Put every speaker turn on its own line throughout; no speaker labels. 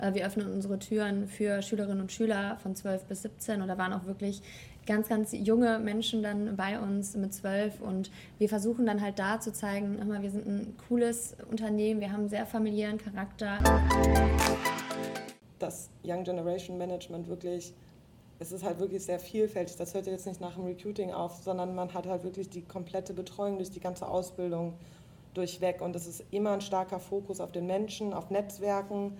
Wir öffnen unsere Türen für Schülerinnen und Schüler von 12 bis 17 und da waren auch wirklich ganz, ganz junge Menschen dann bei uns mit 12 und wir versuchen dann halt da zu zeigen, wir sind ein cooles Unternehmen, wir haben einen sehr familiären Charakter.
Das Young Generation Management es ist halt wirklich sehr vielfältig. Das hört jetzt nicht nach dem Recruiting auf, sondern man hat halt wirklich die komplette Betreuung durch die ganze Ausbildung durchweg. Und es ist immer ein starker Fokus auf den Menschen, auf Netzwerken.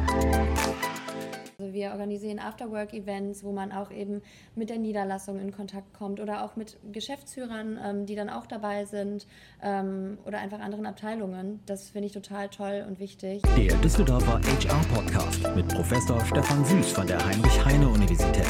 Also wir organisieren Afterwork-Events, wo man auch eben mit der Niederlassung in Kontakt kommt oder auch mit Geschäftsführern, die dann auch dabei sind oder einfach anderen Abteilungen. Das finde ich total toll und wichtig.
Der Düsseldorfer HR-Podcast mit Professor Stefan Süß von der Heinrich-Heine-Universität.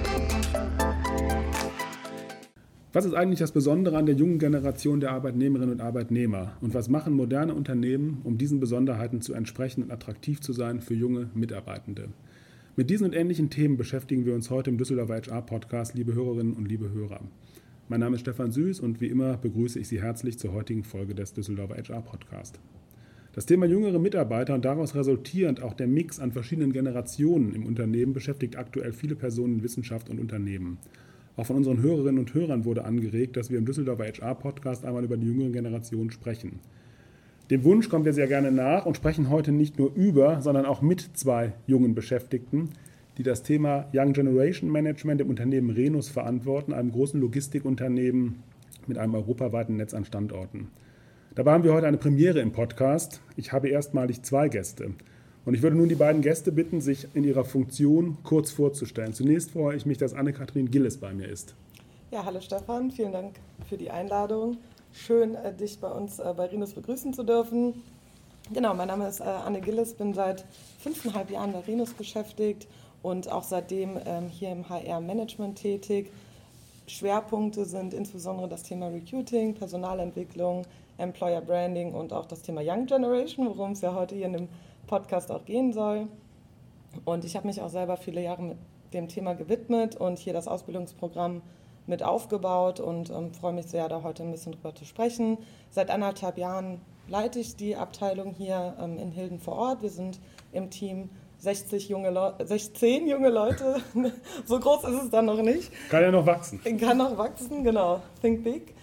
Was ist eigentlich das Besondere an der jungen Generation der Arbeitnehmerinnen und Arbeitnehmer? Und was machen moderne Unternehmen, um diesen Besonderheiten zu entsprechen und attraktiv zu sein für junge Mitarbeitende? Mit diesen und ähnlichen Themen beschäftigen wir uns heute im Düsseldorfer HR-Podcast, liebe Hörerinnen und liebe Hörer. Mein Name ist Stefan Süß und wie immer begrüße ich Sie herzlich zur heutigen Folge des Düsseldorfer HR-Podcast. Das Thema jüngere Mitarbeiter und daraus resultierend auch der Mix an verschiedenen Generationen im Unternehmen beschäftigt aktuell viele Personen in Wissenschaft und Unternehmen. Auch von unseren Hörerinnen und Hörern wurde angeregt, dass wir im Düsseldorfer HR-Podcast einmal über die jüngere Generation sprechen. Dem Wunsch kommen wir sehr gerne nach und sprechen heute nicht nur über, sondern auch mit zwei jungen Beschäftigten, die das Thema Young Generation Management im Unternehmen Renus verantworten, einem großen Logistikunternehmen mit einem europaweiten Netz an Standorten. Dabei haben wir heute eine Premiere im Podcast. Ich habe erstmalig zwei Gäste. Und ich würde nun die beiden Gäste bitten, sich in ihrer Funktion kurz vorzustellen. Zunächst freue ich mich, dass Anne-Kathrin Gilles bei mir ist.
Ja, hallo Stefan, vielen Dank für die Einladung. Schön, dich bei uns bei Renus begrüßen zu dürfen. Genau, mein Name ist Anne Gilles, bin seit 5,5 Jahren bei Renus beschäftigt und auch seitdem hier im HR-Management tätig. Schwerpunkte sind insbesondere das Thema Recruiting, Personalentwicklung, Employer Branding und auch das Thema Young Generation, worum es ja heute hier in dem Podcast auch gehen soll. Und ich habe mich auch selber viele Jahre mit dem Thema gewidmet und hier das Ausbildungsprogramm mit aufgebaut und freue mich sehr, da heute ein bisschen drüber zu sprechen. Seit 1,5 Jahren leite ich die Abteilung hier in Hilden vor Ort. Wir sind im Team 16 junge Leute. So groß ist es dann noch nicht.
Kann ja noch wachsen.
Kann noch wachsen, genau. Think big.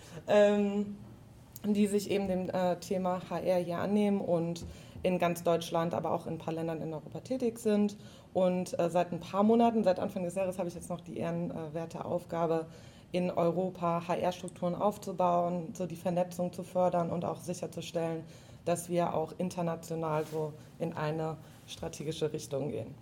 Die sich eben dem Thema HR hier annehmen und in ganz Deutschland, aber auch in ein paar Ländern in Europa tätig sind. Und seit ein paar Monaten, seit Anfang des Jahres, habe ich jetzt noch die ehrenwerte Aufgabe, in Europa HR-Strukturen aufzubauen, so die Vernetzung zu fördern und auch sicherzustellen, dass wir auch international so in eine strategische Richtung gehen.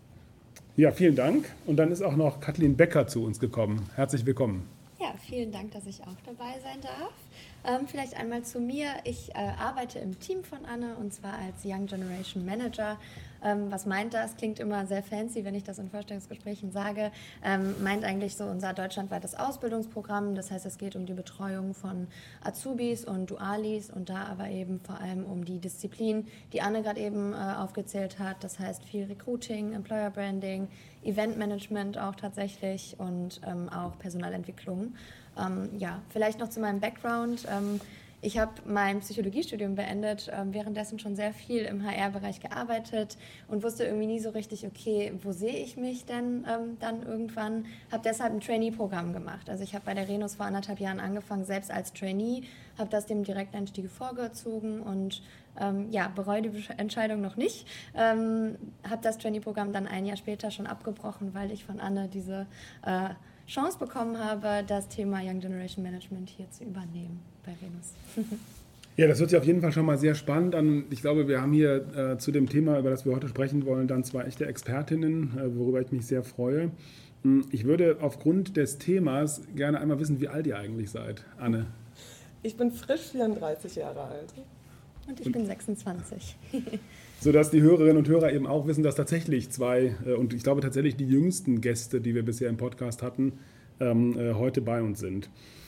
Ja, vielen Dank. Und dann ist auch noch Kathleen Becker zu uns gekommen. Herzlich willkommen.
Ja, vielen Dank, dass ich auch dabei sein darf. Vielleicht einmal zu mir. Ich arbeite im Team von Anne und zwar als Young Generation Manager. Was meint das? Klingt immer sehr fancy, wenn ich das in Vorstellungsgesprächen sage. Meint eigentlich so unser deutschlandweites Ausbildungsprogramm. Das heißt, es geht um die Betreuung von Azubis und Dualis und da aber eben vor allem um die Disziplin, die Anne gerade eben aufgezählt hat. Das heißt viel Recruiting, Employer Branding, Event Management auch tatsächlich und auch Personalentwicklung. Vielleicht noch zu meinem Background. Ich habe mein Psychologiestudium beendet, währenddessen schon sehr viel im HR-Bereich gearbeitet und wusste irgendwie nie so richtig, okay, wo sehe ich mich denn dann irgendwann? Habe deshalb ein Trainee-Programm gemacht. Also ich habe bei der Renus vor 1,5 Jahren angefangen, selbst als Trainee, habe das dem Direkteinstieg vorgezogen und bereue die Entscheidung noch nicht. Habe das Trainee-Programm dann ein Jahr später schon abgebrochen, weil ich von Anne diese Chance bekommen habe, das Thema Young Generation Management hier zu übernehmen bei Renus.
Ja, das hört sich auf jeden Fall schon mal sehr spannend an. Ich glaube, wir haben hier zu dem Thema, über das wir heute sprechen wollen, dann zwei echte Expertinnen, worüber ich mich sehr freue. Ich würde aufgrund des Themas gerne einmal wissen, wie alt ihr eigentlich seid, Anne.
Ich bin frisch 34 Jahre alt.
Und ich bin 26.
Sodass die Hörerinnen und Hörer eben auch wissen, dass tatsächlich zwei, und ich glaube tatsächlich die jüngsten Gäste, die wir bisher im Podcast hatten, heute bei uns sind.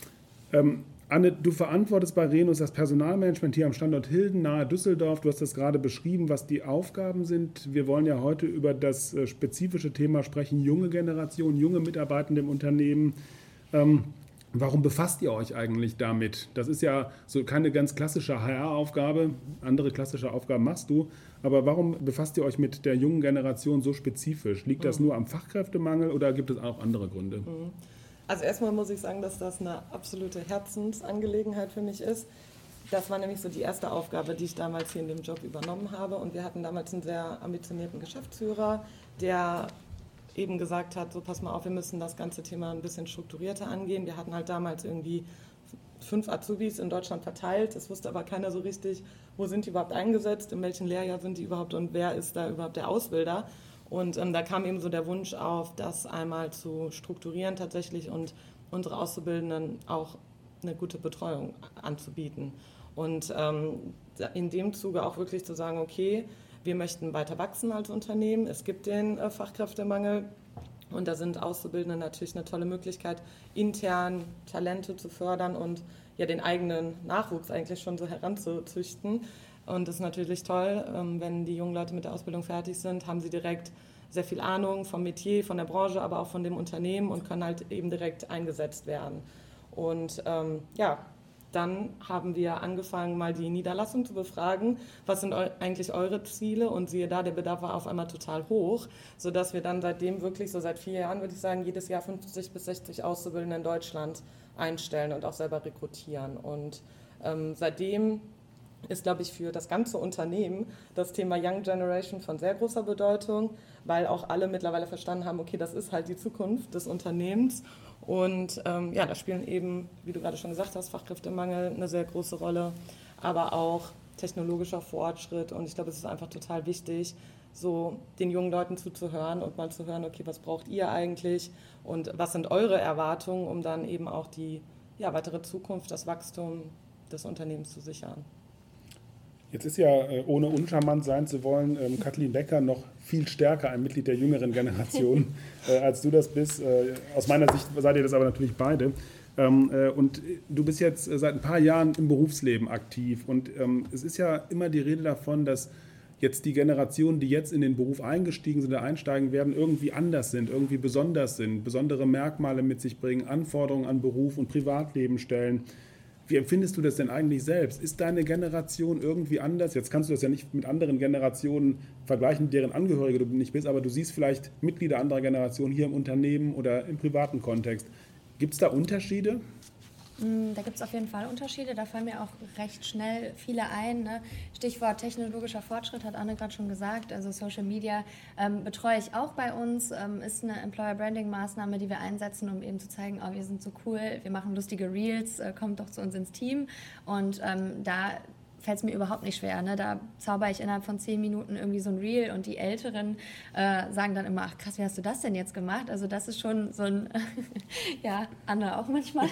Anne, du verantwortest bei Renus das Personalmanagement hier am Standort Hilden nahe Düsseldorf. Du hast das gerade beschrieben, was die Aufgaben sind. Wir wollen ja heute über das spezifische Thema sprechen, junge Generation, junge Mitarbeitende im Unternehmen. Warum befasst ihr euch eigentlich damit? Das ist ja so keine ganz klassische HR-Aufgabe, andere klassische Aufgaben machst du, aber warum befasst ihr euch mit der jungen Generation so spezifisch? Liegt das nur am Fachkräftemangel oder gibt es auch andere Gründe?
Also erstmal muss ich sagen, dass das eine absolute Herzensangelegenheit für mich ist. Das war nämlich so die erste Aufgabe, die ich damals hier in dem Job übernommen habe, und wir hatten damals einen sehr ambitionierten Geschäftsführer, der eben gesagt hat, so pass mal auf, wir müssen das ganze Thema ein bisschen strukturierter angehen. Wir hatten halt damals irgendwie 5 Azubis in Deutschland verteilt. Es wusste aber keiner so richtig, wo sind die überhaupt eingesetzt, in welchem Lehrjahr sind die überhaupt und wer ist da überhaupt der Ausbilder. Und da kam eben so der Wunsch auf, das einmal zu strukturieren tatsächlich und unsere Auszubildenden auch eine gute Betreuung anzubieten. Und in dem Zuge auch wirklich zu sagen, okay, wir möchten weiter wachsen als Unternehmen. Es gibt den Fachkräftemangel und da sind Auszubildende natürlich eine tolle Möglichkeit, intern Talente zu fördern und ja den eigenen Nachwuchs eigentlich schon so heranzuzüchten. Und das ist natürlich toll, wenn die jungen Leute mit der Ausbildung fertig sind, haben sie direkt sehr viel Ahnung vom Metier, von der Branche, aber auch von dem Unternehmen und können halt eben direkt eingesetzt werden. Und dann haben wir angefangen, mal die Niederlassung zu befragen, was sind eigentlich eure Ziele, und siehe da, der Bedarf war auf einmal total hoch, sodass wir dann seitdem wirklich, so seit 4 Jahren würde ich sagen, jedes Jahr 50 bis 60 Auszubildende in Deutschland einstellen und auch selber rekrutieren. Und seitdem ist, glaube ich, für das ganze Unternehmen das Thema Young Generation von sehr großer Bedeutung, weil auch alle mittlerweile verstanden haben, okay, das ist halt die Zukunft des Unternehmens. Und da spielen eben, wie du gerade schon gesagt hast, Fachkräftemangel eine sehr große Rolle, aber auch technologischer Fortschritt. Und ich glaube, es ist einfach total wichtig, so den jungen Leuten zuzuhören und mal zu hören, okay, was braucht ihr eigentlich und was sind eure Erwartungen, um dann eben auch die weitere Zukunft, das Wachstum des Unternehmens zu sichern.
Jetzt ist ja, ohne uncharmant sein zu wollen, Kathleen Becker noch viel stärker ein Mitglied der jüngeren Generation, als du das bist. Aus meiner Sicht seid ihr das aber natürlich beide. Und du bist jetzt seit ein paar Jahren im Berufsleben aktiv. Und es ist ja immer die Rede davon, dass jetzt die Generationen, die jetzt in den Beruf eingestiegen sind oder einsteigen werden, irgendwie anders sind, irgendwie besonders sind, besondere Merkmale mit sich bringen, Anforderungen an Beruf und Privatleben stellen. Wie empfindest du das denn eigentlich selbst? Ist deine Generation irgendwie anders? Jetzt kannst du das ja nicht mit anderen Generationen vergleichen, deren Angehörige du nicht bist, aber du siehst vielleicht Mitglieder anderer Generationen hier im Unternehmen oder im privaten Kontext. Gibt es da Unterschiede?
Da gibt es auf jeden Fall Unterschiede, da fallen mir auch recht schnell viele ein. Ne? Stichwort technologischer Fortschritt hat Anne gerade schon gesagt, also Social Media betreue ich auch bei uns, ist eine Employer-Branding-Maßnahme, die wir einsetzen, um eben zu zeigen, oh, wir sind so cool, wir machen lustige Reels, kommt doch zu uns ins Team, und da fällt es mir überhaupt nicht schwer. Ne? Da zauber ich innerhalb von 10 Minuten irgendwie so ein Reel, und die Älteren sagen dann immer, ach krass, wie hast du das denn jetzt gemacht? Also das ist schon so ein, ja, Anne auch manchmal.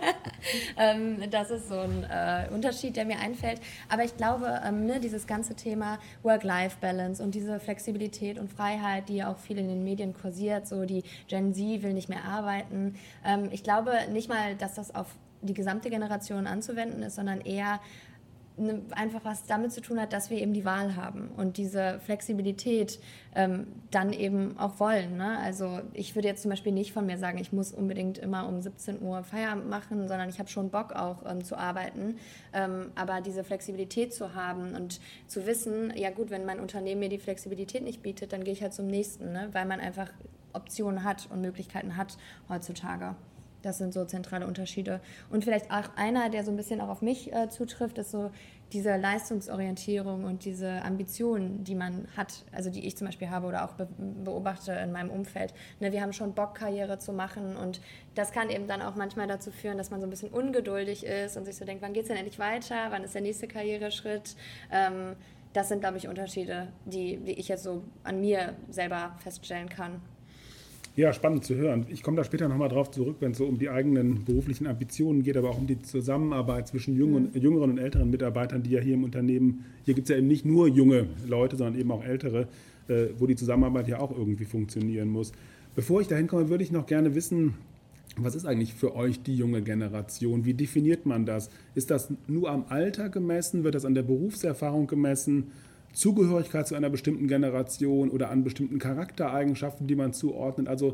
Das ist so ein Unterschied, der mir einfällt. Aber ich glaube, dieses ganze Thema Work-Life-Balance und diese Flexibilität und Freiheit, die ja auch viel in den Medien kursiert, so die Gen Z will nicht mehr arbeiten. Ich glaube nicht mal, dass das auf die gesamte Generation anzuwenden ist, sondern eher einfach was damit zu tun hat, dass wir eben die Wahl haben und diese Flexibilität dann eben auch wollen. Ne? Also ich würde jetzt zum Beispiel nicht von mir sagen, ich muss unbedingt immer um 17 Uhr Feierabend machen, sondern ich habe schon Bock auch zu arbeiten. Aber diese Flexibilität zu haben und zu wissen, ja gut, wenn mein Unternehmen mir die Flexibilität nicht bietet, dann gehe ich halt zum nächsten, ne? Weil man einfach Optionen hat und Möglichkeiten hat heutzutage. Das sind so zentrale Unterschiede. Und vielleicht auch einer, der so ein bisschen auch auf mich zutrifft, ist so diese Leistungsorientierung und diese Ambitionen, die man hat, also die ich zum Beispiel habe oder auch beobachte in meinem Umfeld. Ne, wir haben schon Bock, Karriere zu machen, und das kann eben dann auch manchmal dazu führen, dass man so ein bisschen ungeduldig ist und sich so denkt, wann geht es denn endlich weiter, wann ist der nächste Karriereschritt? Das sind, glaube ich, Unterschiede, die ich jetzt so an mir selber feststellen kann.
Ja, spannend zu hören. Ich komme da später nochmal drauf zurück, wenn es so um die eigenen beruflichen Ambitionen geht, aber auch um die Zusammenarbeit zwischen jüngeren und älteren Mitarbeitern, die ja hier im Unternehmen, hier gibt es ja eben nicht nur junge Leute, sondern eben auch ältere, wo die Zusammenarbeit ja auch irgendwie funktionieren muss. Bevor ich dahin komme, würde ich noch gerne wissen, was ist eigentlich für euch die junge Generation? Wie definiert man das? Ist das nur am Alter gemessen? Wird das an der Berufserfahrung gemessen? Zugehörigkeit zu einer bestimmten Generation oder an bestimmten Charaktereigenschaften, die man zuordnet? Also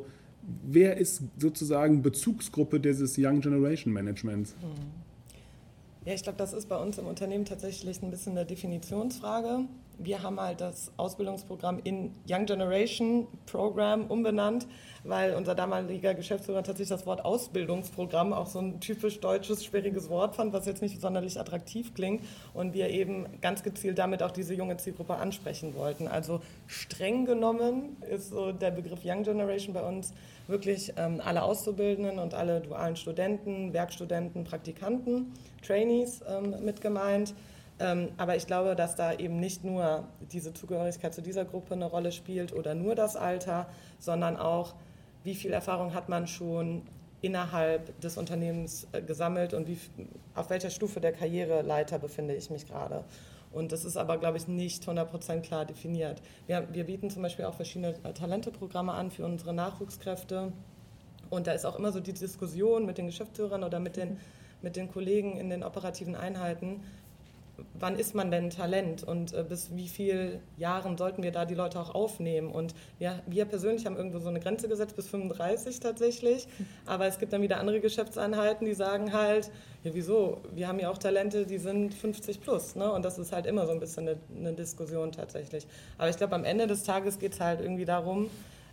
Wer ist sozusagen Bezugsgruppe dieses Young Generation Managements?
Ja, ich glaube, das ist bei uns im Unternehmen tatsächlich ein bisschen eine Definitionsfrage. Wir haben halt das Ausbildungsprogramm in Young Generation Program umbenannt, weil unser damaliger Geschäftsführer tatsächlich das Wort Ausbildungsprogramm auch so ein typisch deutsches, schwieriges Wort fand, was jetzt nicht sonderlich attraktiv klingt und wir eben ganz gezielt damit auch diese junge Zielgruppe ansprechen wollten. Also streng genommen ist so der Begriff Young Generation bei uns wirklich alle Auszubildenden und alle dualen Studenten, Werkstudenten, Praktikanten, Trainees mit gemeint. Aber ich glaube, dass da eben nicht nur diese Zugehörigkeit zu dieser Gruppe eine Rolle spielt oder nur das Alter, sondern auch, wie viel Erfahrung hat man schon innerhalb des Unternehmens gesammelt und auf welcher Stufe der Karriereleiter befinde ich mich gerade. Und das ist aber, glaube ich, nicht 100% klar definiert. Wir bieten zum Beispiel auch verschiedene Talenteprogramme an für unsere Nachwuchskräfte. Und da ist auch immer so die Diskussion mit den Geschäftsführern oder mit den Kollegen in den operativen Einheiten, wann ist man denn Talent und bis wie vielen Jahren sollten wir da die Leute auch aufnehmen. Und wir persönlich haben irgendwo so eine Grenze gesetzt, bis 35 tatsächlich. Aber es gibt dann wieder andere Geschäftseinheiten, die sagen halt, ja wieso, wir haben ja auch Talente, die sind 50 plus. Ne? Und das ist halt immer so ein bisschen eine Diskussion tatsächlich. Aber ich glaube, am Ende des Tages geht es halt irgendwie darum,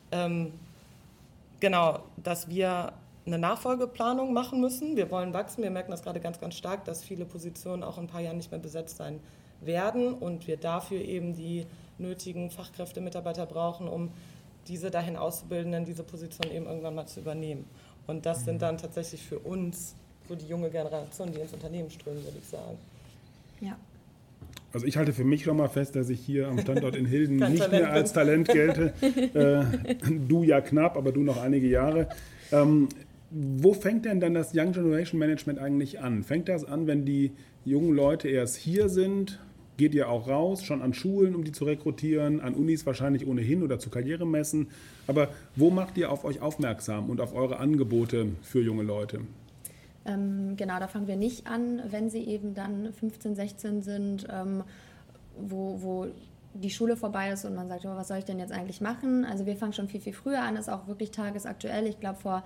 dass wir eine Nachfolgeplanung machen müssen. Wir wollen wachsen. Wir merken das gerade ganz, ganz stark, dass viele Positionen auch in ein paar Jahren nicht mehr besetzt sein werden und wir dafür eben die nötigen Fachkräfte, Mitarbeiter brauchen, um diese dahin Auszubildenden, diese Position eben irgendwann mal zu übernehmen. Und das sind dann tatsächlich für uns so die junge Generation, die ins Unternehmen strömen, würde ich sagen.
Ja.
Also ich halte für mich schon mal fest, dass ich hier am Standort in Hilden nicht mehr als Talent gelte. Du ja knapp, aber du noch einige Jahre. Wo fängt denn dann das Young Generation Management eigentlich an? Fängt das an, wenn die jungen Leute erst hier sind? Geht ihr auch raus, schon an Schulen, um die zu rekrutieren, an Unis wahrscheinlich ohnehin oder zu Karrieremessen? Aber wo macht ihr auf euch aufmerksam und auf eure Angebote für junge Leute?
Genau, da fangen wir nicht an, wenn sie eben dann 15, 16 sind, wo die Schule vorbei ist und man sagt, oh, was soll ich denn jetzt eigentlich machen? Also wir fangen schon viel, viel früher an, ist auch wirklich tagesaktuell. Ich glaube, vor,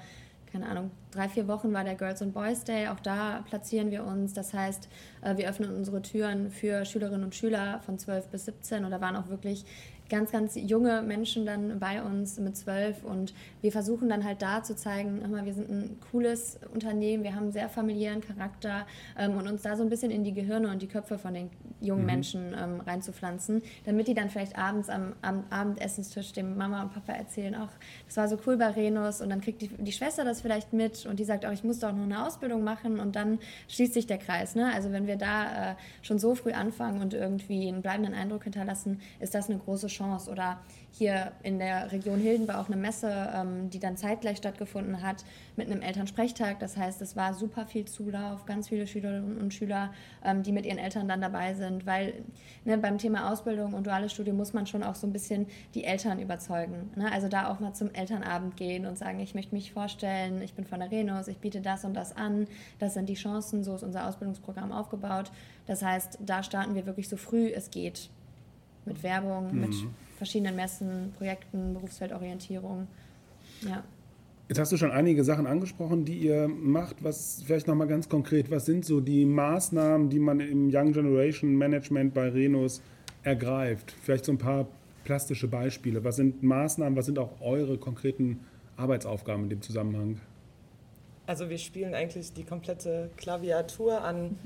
3-4 Wochen war der Girls and Boys Day, auch da platzieren wir uns. Das heißt, wir öffnen unsere Türen für Schülerinnen und Schüler von 12 bis 17 und da waren auch wirklich ganz, ganz junge Menschen dann bei uns mit 12 und wir versuchen dann halt da zu zeigen, wir sind ein cooles Unternehmen, wir haben einen sehr familiären Charakter und uns da so ein bisschen in die Gehirne und die Köpfe von den jungen Menschen reinzupflanzen, damit die dann vielleicht abends am Abendessenstisch dem Mama und Papa erzählen, ach, das war so cool bei Renus und dann kriegt die Schwester das vielleicht mit und die sagt auch, ich muss doch noch eine Ausbildung machen und dann schließt sich der Kreis. Ne? Also wenn wir da schon so früh anfangen und irgendwie einen bleibenden Eindruck hinterlassen, ist das eine große Chance. Oder hier in der Region Hilden war auch eine Messe, die dann zeitgleich stattgefunden hat mit einem Elternsprechtag. Das heißt, es war super viel Zulauf, ganz viele Schülerinnen und Schüler, die mit ihren Eltern dann dabei sind, weil beim Thema Ausbildung und duales Studium muss man schon auch so ein bisschen die Eltern überzeugen. Ne? Also da auch mal zum Elternabend gehen und sagen, ich möchte mich vorstellen, ich bin von der Renus, ich biete das und das an, das sind die Chancen, so ist unser Ausbildungsprogramm aufgebaut. Das heißt, da starten wir wirklich so früh es geht. Mit Werbung, mit verschiedenen Messen, Projekten, Berufsfeldorientierung. Ja.
Jetzt hast du schon einige Sachen angesprochen, die ihr macht. Was vielleicht nochmal ganz konkret, was sind so die Maßnahmen, die man im Young Generation Management bei Renus ergreift? Vielleicht so ein paar plastische Beispiele. Was sind Maßnahmen, was sind auch eure konkreten Arbeitsaufgaben in dem Zusammenhang?
Also wir spielen eigentlich die komplette Klaviatur an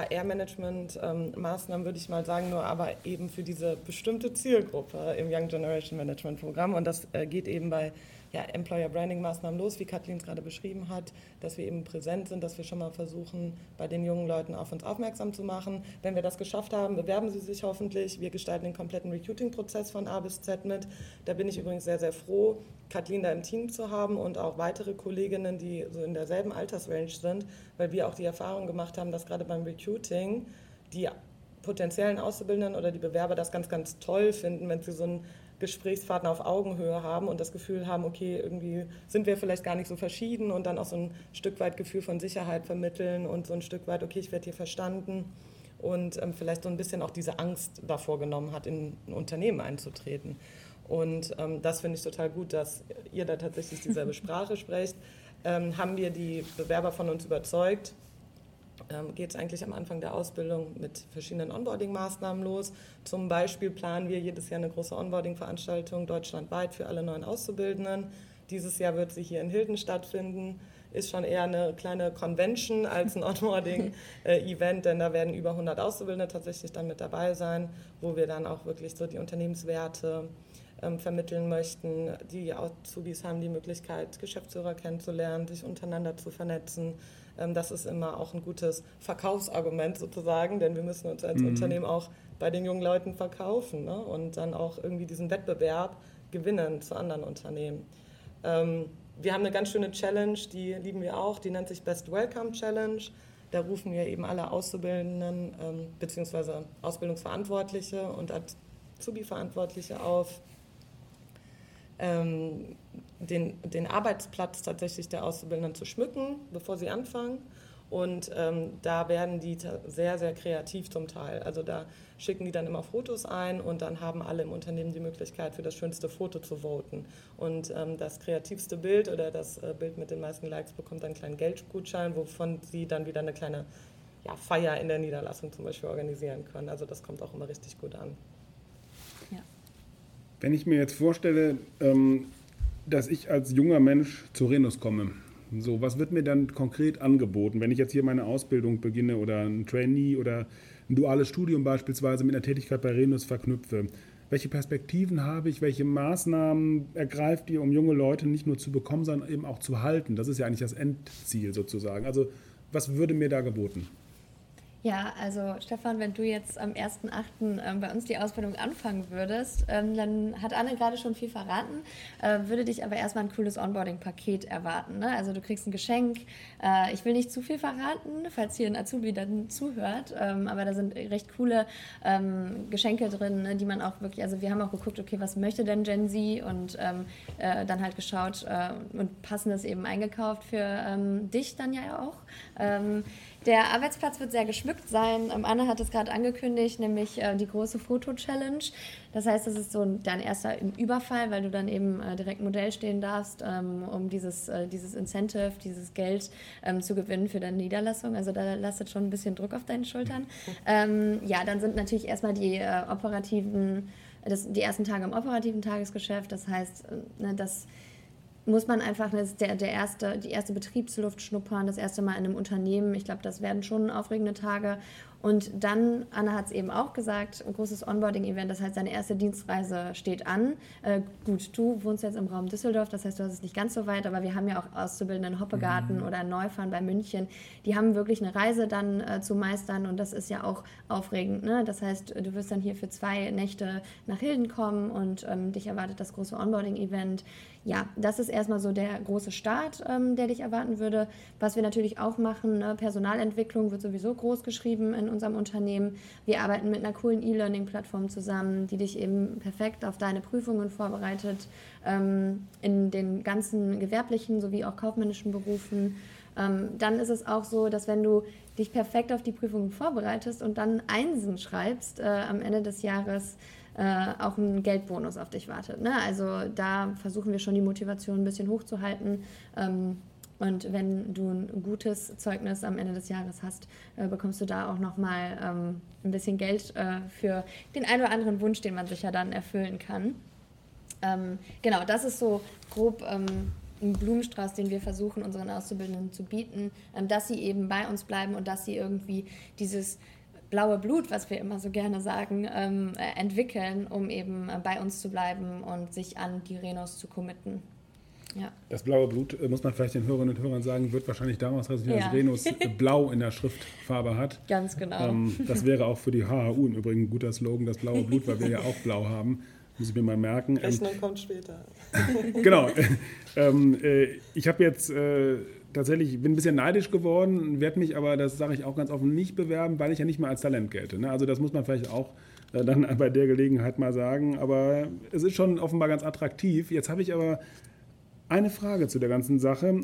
HR-Management-Maßnahmen, würde ich mal sagen, nur aber eben für diese bestimmte Zielgruppe im Young Generation Management Programm. Und das geht eben bei Employer-Branding-Maßnahmen los, wie Kathleen es gerade beschrieben hat, dass wir eben präsent sind, dass wir schon mal versuchen, bei den jungen Leuten auf uns aufmerksam zu machen. Wenn wir das geschafft haben, bewerben sie sich hoffentlich. Wir gestalten den kompletten Recruiting-Prozess von A bis Z mit. Da bin ich übrigens sehr, sehr froh, Kathleen da im Team zu haben und auch weitere Kolleginnen, die so in derselben Altersrange sind, weil wir auch die Erfahrung gemacht haben, dass gerade beim Recruiting die potenziellen Auszubildenden oder die Bewerber das ganz, ganz toll finden, wenn sie so einen Gesprächspartner auf Augenhöhe haben und das Gefühl haben, okay, irgendwie sind wir vielleicht gar nicht so verschieden und dann auch so ein Stück weit Gefühl von Sicherheit vermitteln und so ein Stück weit, okay, ich werde hier verstanden und vielleicht so ein bisschen auch diese Angst davor genommen hat, in ein Unternehmen einzutreten. Und das finde ich total gut, dass ihr da tatsächlich dieselbe Sprache sprecht. Haben wir die Bewerber von uns überzeugt, geht es eigentlich am Anfang der Ausbildung mit verschiedenen Onboarding-Maßnahmen los. Zum Beispiel planen wir jedes Jahr eine große Onboarding-Veranstaltung deutschlandweit für alle neuen Auszubildenden. Dieses Jahr wird sie hier in Hilden stattfinden. Ist schon eher eine kleine Convention als ein Onboarding-Event, denn da werden über 100 Auszubildende tatsächlich dann mit dabei sein, wo wir dann auch wirklich so die Unternehmenswerte vermitteln möchten. Die Azubis haben die Möglichkeit, Geschäftsführer kennenzulernen, sich untereinander zu vernetzen. Das ist immer auch ein gutes Verkaufsargument sozusagen, denn wir müssen uns als Unternehmen auch bei den jungen Leuten verkaufen, ne? Und dann auch irgendwie diesen Wettbewerb gewinnen zu anderen Unternehmen. Wir haben eine ganz schöne Challenge, die lieben wir auch, die nennt sich Best Welcome Challenge. Da rufen wir eben alle Auszubildenden bzw. Ausbildungsverantwortliche und Azubi-Verantwortliche auf, den Arbeitsplatz tatsächlich der Auszubildenden zu schmücken, bevor sie anfangen. Und da werden die sehr, sehr kreativ zum Teil. Also da schicken die dann immer Fotos ein und dann haben alle im Unternehmen die Möglichkeit, für das schönste Foto zu voten. Und das kreativste Bild oder das Bild mit den meisten Likes bekommt dann einen kleinen Geldgutschein, wovon sie dann wieder eine kleine Feier in der Niederlassung zum Beispiel organisieren können. Also das kommt auch immer richtig gut an.
Ja.
Wenn ich mir jetzt vorstelle, dass ich als junger Mensch zu Renus komme, so, was wird mir dann konkret angeboten, wenn ich jetzt hier meine Ausbildung beginne oder ein Trainee oder ein duales Studium beispielsweise mit einer Tätigkeit bei Renus verknüpfe? Welche Perspektiven habe ich, welche Maßnahmen ergreift ihr, um junge Leute nicht nur zu bekommen, sondern eben auch zu halten? Das ist ja eigentlich das Endziel sozusagen. Also was würde mir da geboten?
Ja, also Stefan, wenn du jetzt am 1.8. Bei uns die Ausbildung anfangen würdest, dann hat Anne gerade schon viel verraten, würde dich aber erstmal ein cooles Onboarding-Paket erwarten. Ne? Also du kriegst ein Geschenk. Ich will nicht zu viel verraten, falls hier ein Azubi dann zuhört, aber da sind recht coole Geschenke drin, ne, die man auch wirklich, also wir haben auch geguckt, okay, was möchte denn Gen Z und dann halt geschaut und passendes eben eingekauft für dich dann ja auch. Der Arbeitsplatz wird sehr geschmückt sein. Anne hat es gerade angekündigt, nämlich die große Foto-Challenge. Das heißt, das ist so dein erster Überfall, weil du dann eben direkt Modell stehen darfst, um dieses Incentive, dieses Geld zu gewinnen für deine Niederlassung. Also da lastet schon ein bisschen Druck auf deinen Schultern. Ja, dann sind natürlich erstmal die ersten Tage im operativen Tagesgeschäft. Das heißt, das muss man einfach die erste Betriebsluft schnuppern, das erste Mal in einem Unternehmen. Ich glaube, das werden schon aufregende Tage. Und dann, Anna hat es eben auch gesagt, ein großes Onboarding-Event, das heißt, deine erste Dienstreise steht an. Gut, du wohnst jetzt im Raum Düsseldorf, das heißt, du hast es nicht ganz so weit, aber wir haben ja auch Auszubildende in Hoppegarten oder in Neufahren bei München. Die haben wirklich eine Reise dann zu meistern und das ist ja auch aufregend. Ne? Das heißt, du wirst dann hier für 2 Nächte nach Hilden kommen und dich erwartet das große Onboarding-Event. Ja, das ist erstmal so der große Start, der dich erwarten würde. Was wir natürlich auch machen, ne? Personalentwicklung wird sowieso groß geschrieben in unserem Unternehmen. Wir arbeiten mit einer coolen E-Learning-Plattform zusammen, die dich eben perfekt auf deine Prüfungen vorbereitet, in den ganzen gewerblichen sowie auch kaufmännischen Berufen. Dann ist es auch so, dass wenn du dich perfekt auf die Prüfungen vorbereitest und dann Einsen schreibst am Ende des Jahres, auch ein Geldbonus auf dich wartet. Ne? Also da versuchen wir schon die Motivation ein bisschen hochzuhalten. Und wenn du ein gutes Zeugnis am Ende des Jahres hast, bekommst du da auch nochmal ein bisschen Geld für den einen oder anderen Wunsch, den man sich ja dann erfüllen kann. Genau, das ist so grob ein Blumenstrauß, den wir versuchen, unseren Auszubildenden zu bieten, dass sie eben bei uns bleiben und dass sie irgendwie dieses blaue Blut, was wir immer so gerne sagen, entwickeln, um eben bei uns zu bleiben und sich an die Renus zu committen. Ja. Das
blaue Blut, muss man vielleicht den Hörerinnen und Hörern sagen, wird wahrscheinlich daraus resultieren, dass Renus blau in der Schriftfarbe hat.
Ganz genau.
Das wäre auch für die HHU im Übrigen ein guter Slogan, das blaue Blut, weil wir ja auch blau haben. Muss ich mir mal merken.
Rechnung kommt später.
Genau. Ich habe jetzt tatsächlich, bin ein bisschen neidisch geworden, werde mich aber, das sage ich auch ganz offen, nicht bewerben, weil ich ja nicht mehr als Talent gelte. Ne? Also das muss man vielleicht auch dann bei der Gelegenheit mal sagen. Aber es ist schon offenbar ganz attraktiv. Jetzt habe ich aber eine Frage zu der ganzen Sache.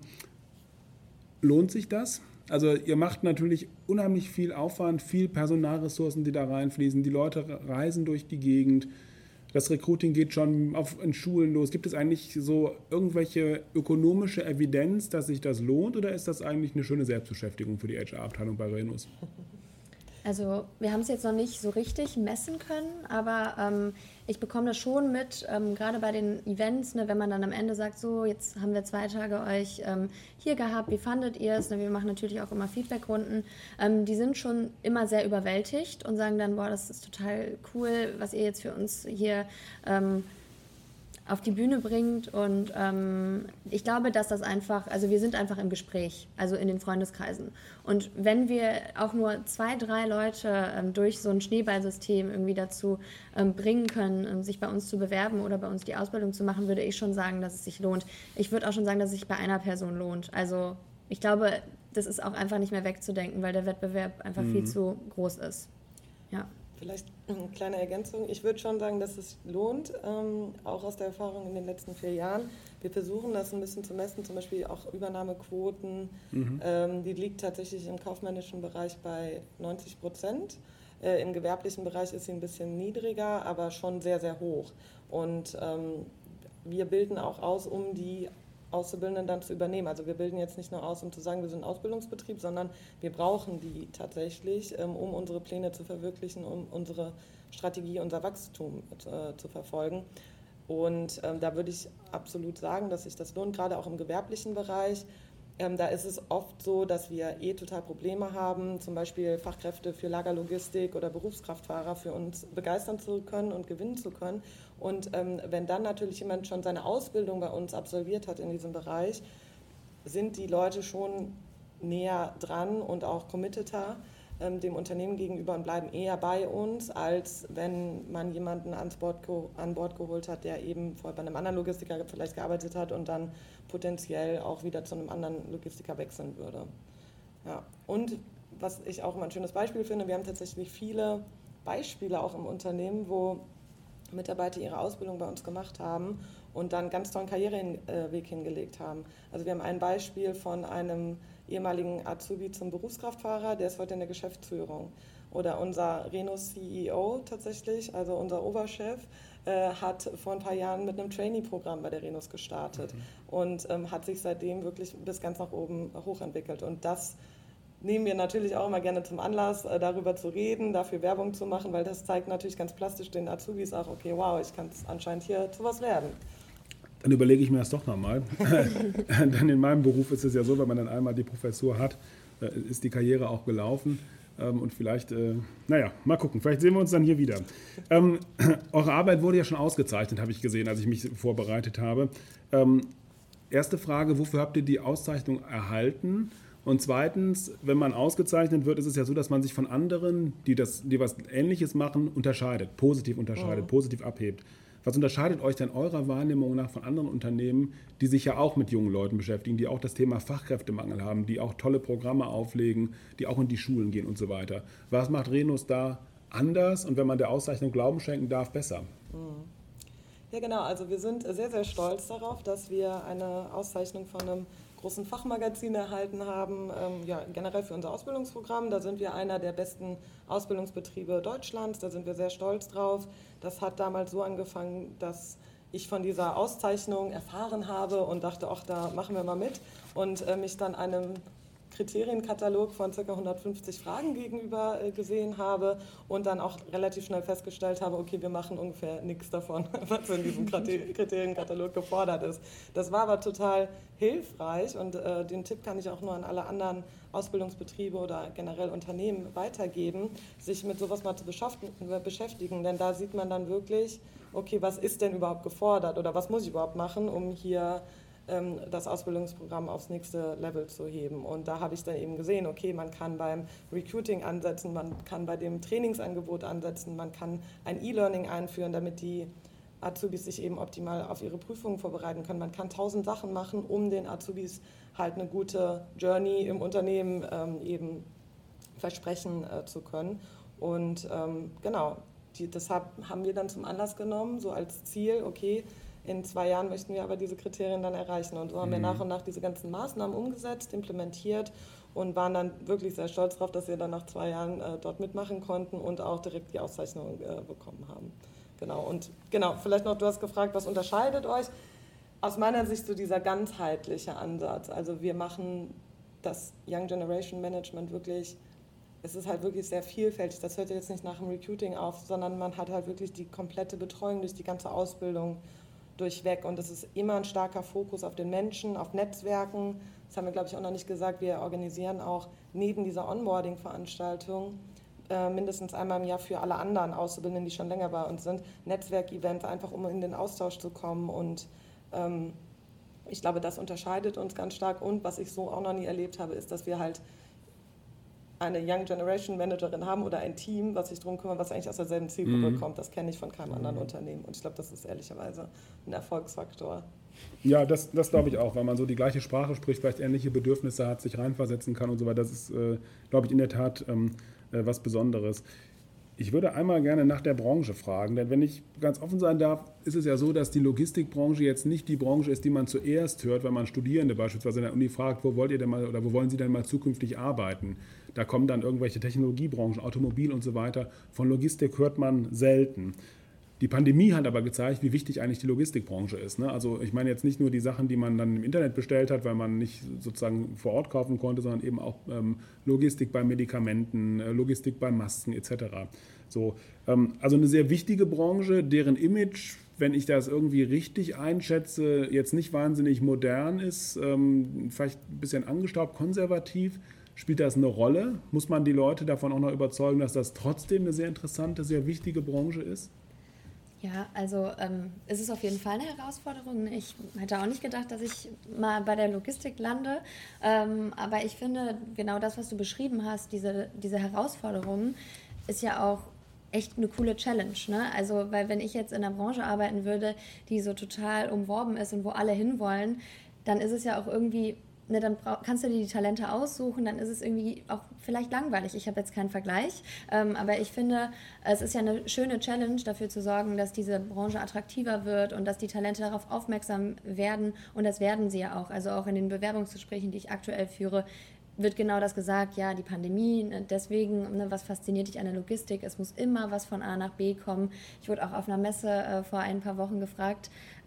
Lohnt sich das? Also ihr macht natürlich unheimlich viel Aufwand, viel Personalressourcen, die da reinfließen. Die Leute reisen durch die Gegend. Das Recruiting geht schon in Schulen los. Gibt es eigentlich so irgendwelche ökonomische Evidenz, dass sich das lohnt, oder ist das eigentlich eine schöne Selbstbeschäftigung für die HR-Abteilung bei Renus?
Also wir haben es jetzt noch nicht so richtig messen können, aber ich bekomme das schon mit, gerade bei den Events, ne, wenn man dann am Ende sagt, so jetzt haben wir 2 Tage euch hier gehabt, wie fandet ihr es? Ne, wir machen natürlich auch immer Feedbackrunden. Die sind schon immer sehr überwältigt und sagen dann, boah, das ist total cool, was ihr jetzt für uns hier auf die Bühne bringt, und ich glaube, dass das einfach, also wir sind einfach im Gespräch, also in den Freundeskreisen, und wenn wir auch nur 2, 3 Leute durch so ein Schneeballsystem irgendwie dazu bringen können, sich bei uns zu bewerben oder bei uns die Ausbildung zu machen, würde ich schon sagen, dass es sich lohnt. Ich würde auch schon sagen, dass es sich bei einer Person lohnt. Also ich glaube, das ist auch einfach nicht mehr wegzudenken, weil der Wettbewerb einfach viel zu groß ist. Ja.
Vielleicht eine kleine Ergänzung. Ich würde schon sagen, dass es lohnt, auch aus der Erfahrung in den letzten 4 Jahren. Wir versuchen das ein bisschen zu messen, zum Beispiel auch Übernahmequoten. Die liegt tatsächlich im kaufmännischen Bereich bei 90%. Im gewerblichen Bereich ist sie ein bisschen niedriger, aber schon sehr, sehr hoch. Und wir bilden auch aus, um die Auszubildenden dann zu übernehmen. Also wir bilden jetzt nicht nur aus, um zu sagen, wir sind ein Ausbildungsbetrieb, sondern wir brauchen die tatsächlich, um unsere Pläne zu verwirklichen, um unsere Strategie, unser Wachstum zu verfolgen. Und da würde ich absolut sagen, dass sich das lohnt, gerade auch im gewerblichen Bereich. Da ist es oft so, dass wir total Probleme haben, zum Beispiel Fachkräfte für Lagerlogistik oder Berufskraftfahrer für uns begeistern zu können und gewinnen zu können. Und wenn dann natürlich jemand schon seine Ausbildung bei uns absolviert hat in diesem Bereich, sind die Leute schon näher dran und auch committeter dem Unternehmen gegenüber und bleiben eher bei uns, als wenn man jemanden an Bord geholt hat, der eben vorher bei einem anderen Logistiker vielleicht gearbeitet hat und dann potenziell auch wieder zu einem anderen Logistiker wechseln würde. Ja. Und was ich auch immer ein schönes Beispiel finde, wir haben tatsächlich viele Beispiele auch im Unternehmen, wo Mitarbeiter ihre Ausbildung bei uns gemacht haben und dann einen ganz tollen Karriereweg hingelegt haben. Also wir haben ein Beispiel von einem ehemaligen Azubi zum Berufskraftfahrer, der ist heute in der Geschäftsführung. Oder unser Renus-CEO tatsächlich, also unser Oberchef, hat vor ein paar Jahren mit einem Trainee-Programm bei der Renus gestartet und hat sich seitdem wirklich bis ganz nach oben hochentwickelt. Und das nehmen wir natürlich auch immer gerne zum Anlass, darüber zu reden, dafür Werbung zu machen, weil das zeigt natürlich ganz plastisch den Azubis auch, okay, wow, ich kann es anscheinend hier zu was werden.
Dann überlege ich mir das doch nochmal. Dann in meinem Beruf ist es ja so, wenn man dann einmal die Professur hat, ist die Karriere auch gelaufen. Und vielleicht, mal gucken, vielleicht sehen wir uns dann hier wieder. Eure Arbeit wurde ja schon ausgezeichnet, habe ich gesehen, als ich mich vorbereitet habe. Erste Frage, wofür habt ihr die Auszeichnung erhalten? Und zweitens, wenn man ausgezeichnet wird, ist es ja so, dass man sich von anderen, die was Ähnliches machen, unterscheidet, positiv abhebt. Was unterscheidet euch denn eurer Wahrnehmung nach von anderen Unternehmen, die sich ja auch mit jungen Leuten beschäftigen, die auch das Thema Fachkräftemangel haben, die auch tolle Programme auflegen, die auch in die Schulen gehen und so weiter? Was macht Renus da anders und wenn man der Auszeichnung Glauben schenken darf, besser?
Ja genau, also wir sind sehr, sehr stolz darauf, dass wir eine Auszeichnung von einem großen Fachmagazin erhalten haben, generell für unser Ausbildungsprogramm. Da sind wir einer der besten Ausbildungsbetriebe Deutschlands, da sind wir sehr stolz drauf. Das hat damals so angefangen, dass ich von dieser Auszeichnung erfahren habe und dachte, ach, da machen wir mal mit und mich dann einem Kriterienkatalog von ca. 150 Fragen gegenüber gesehen habe und dann auch relativ schnell festgestellt habe, okay, wir machen ungefähr nichts davon, was in diesem Kriterienkatalog gefordert ist. Das war aber total hilfreich und den Tipp kann ich auch nur an alle anderen Ausbildungsbetriebe oder generell Unternehmen weitergeben, sich mit sowas mal zu beschäftigen, denn da sieht man dann wirklich, okay, was ist denn überhaupt gefordert oder was muss ich überhaupt machen, um hier das Ausbildungsprogramm aufs nächste Level zu heben. Und da habe ich dann eben gesehen, okay, man kann beim Recruiting ansetzen, man kann bei dem Trainingsangebot ansetzen, man kann ein E-Learning einführen, damit die Azubis sich eben optimal auf ihre Prüfungen vorbereiten können. Man kann 1000 Sachen machen, um den Azubis halt eine gute Journey im Unternehmen eben versprechen zu können. Und deshalb haben wir dann zum Anlass genommen, so als Ziel, okay, in 2 Jahren möchten wir aber diese Kriterien dann erreichen. Und so haben wir nach und nach diese ganzen Maßnahmen umgesetzt, implementiert und waren dann wirklich sehr stolz darauf, dass wir dann nach 2 Jahren dort mitmachen konnten und auch direkt die Auszeichnung bekommen haben. Genau. Und genau, vielleicht noch, du hast gefragt, was unterscheidet euch? Aus meiner Sicht so dieser ganzheitliche Ansatz. Also wir machen das Young Generation Management wirklich, es ist halt wirklich sehr vielfältig. Das hört jetzt nicht nach dem Recruiting auf, sondern man hat halt wirklich die komplette Betreuung durch die ganze Ausbildung durchweg. Und es ist immer ein starker Fokus auf den Menschen, auf Netzwerken. Das haben wir, glaube ich, auch noch nicht gesagt. Wir organisieren auch neben dieser Onboarding-Veranstaltung mindestens einmal im Jahr für alle anderen Auszubildenden, die schon länger bei uns sind, Netzwerkevents, einfach um in den Austausch zu kommen. Und ich glaube, das unterscheidet uns ganz stark. Und was ich so auch noch nie erlebt habe, ist, dass wir halt eine Young Generation Managerin haben oder ein Team, was sich darum kümmert, was eigentlich aus derselben Zielgruppe kommt. Das kenne ich von keinem anderen Unternehmen. Und ich glaube, das ist ehrlicherweise ein Erfolgsfaktor.
Ja, das glaube ich auch, weil man so die gleiche Sprache spricht, vielleicht ähnliche Bedürfnisse hat, sich reinversetzen kann und so weiter. Das ist, glaube ich, in der Tat was Besonderes. Ich würde einmal gerne nach der Branche fragen, denn wenn ich ganz offen sein darf, ist es ja so, dass die Logistikbranche jetzt nicht die Branche ist, die man zuerst hört, wenn man Studierende beispielsweise in der Uni fragt, wo wollt ihr denn mal oder wo wollen sie denn mal zukünftig arbeiten? Da kommen dann irgendwelche Technologiebranchen, Automobil und so weiter. Von Logistik hört man selten. Die Pandemie hat aber gezeigt, wie wichtig eigentlich die Logistikbranche ist. Ne? Also ich meine jetzt nicht nur die Sachen, die man dann im Internet bestellt hat, weil man nicht sozusagen vor Ort kaufen konnte, sondern eben auch Logistik bei Medikamenten, Logistik bei Masken etc. So, also eine sehr wichtige Branche, deren Image, wenn ich das irgendwie richtig einschätze, jetzt nicht wahnsinnig modern ist, vielleicht ein bisschen angestaubt, konservativ. Spielt das eine Rolle? Muss man die Leute davon auch noch überzeugen, dass das trotzdem eine sehr interessante, sehr wichtige Branche ist?
Ja, also es ist auf jeden Fall eine Herausforderung. Ich hätte auch nicht gedacht, dass ich mal bei der Logistik lande. Aber ich finde, genau das, was du beschrieben hast, diese Herausforderungen, ist ja auch echt eine coole Challenge. Ne? Also, weil wenn ich jetzt in einer Branche arbeiten würde, die so total umworben ist und wo alle hinwollen, dann ist es ja auch irgendwie... Ne, dann kannst du dir die Talente aussuchen, dann ist es irgendwie auch vielleicht langweilig. Ich habe jetzt keinen Vergleich, aber ich finde, es ist ja eine schöne Challenge, dafür zu sorgen, dass diese Branche attraktiver wird und dass die Talente darauf aufmerksam werden. Und das werden sie ja auch. Also auch in den Bewerbungsgesprächen, die ich aktuell führe, wird genau das gesagt, ja, die Pandemie, deswegen, was fasziniert dich an der Logistik? Es muss immer was von A nach B kommen. Ich wurde auch auf einer Messe vor ein paar Wochen gefragt,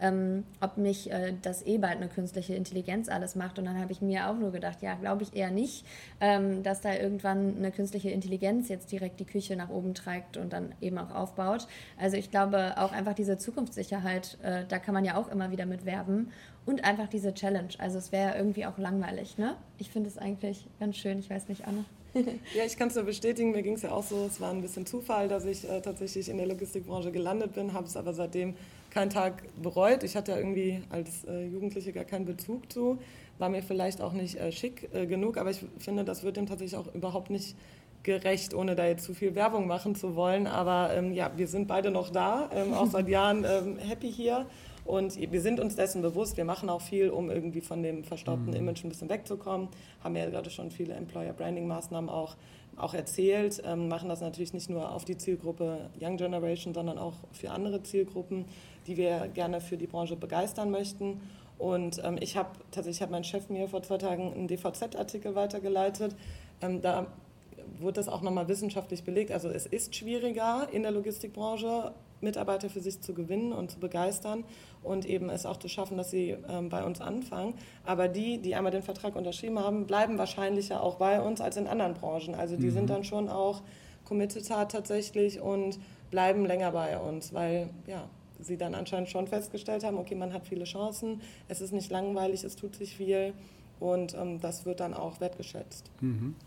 ob nicht das bald eine künstliche Intelligenz alles macht. Und dann habe ich mir auch nur gedacht, ja, glaube ich eher nicht, dass da irgendwann eine künstliche Intelligenz jetzt direkt die Küche nach oben trägt und dann eben auch aufbaut. Also ich glaube auch einfach diese Zukunftssicherheit, da kann man ja auch immer wieder mit werben. Und einfach diese Challenge. Also es wäre irgendwie auch langweilig, ne? Ich finde es eigentlich ganz schön. Ich weiß nicht, Anne.
Ja, ich kann es nur bestätigen. Mir ging es ja auch so. Es war ein bisschen Zufall, dass ich tatsächlich in der Logistikbranche gelandet bin, habe es aber seitdem keinen Tag bereut. Ich hatte ja irgendwie als Jugendliche gar keinen Bezug zu. War mir vielleicht auch nicht schick genug, aber ich finde, das wird dem tatsächlich auch überhaupt nicht gerecht, ohne da jetzt zu viel Werbung machen zu wollen. Aber ja, wir sind beide noch da, auch seit Jahren happy hier. Und wir sind uns dessen bewusst, wir machen auch viel, um irgendwie von dem verstaubten Image ein bisschen wegzukommen. Haben ja gerade schon viele Employer-Branding-Maßnahmen auch erzählt. Machen das natürlich nicht nur auf die Zielgruppe Young Generation, sondern auch für andere Zielgruppen, die wir gerne für die Branche begeistern möchten. Und ich habe mein Chef mir vor 2 Tagen einen DVZ-Artikel weitergeleitet. Da wurde das auch nochmal wissenschaftlich belegt. Also es ist schwieriger in der Logistikbranche, Mitarbeiter für sich zu gewinnen und zu begeistern und eben es auch zu schaffen, dass sie bei uns anfangen. Aber die einmal den Vertrag unterschrieben haben, bleiben wahrscheinlicher auch bei uns als in anderen Branchen. Also die sind dann schon auch committed tatsächlich und bleiben länger bei uns, weil ja, sie dann anscheinend schon festgestellt haben, okay, man hat viele Chancen, es ist nicht langweilig, es tut sich viel und das wird dann auch wertgeschätzt. Mhm.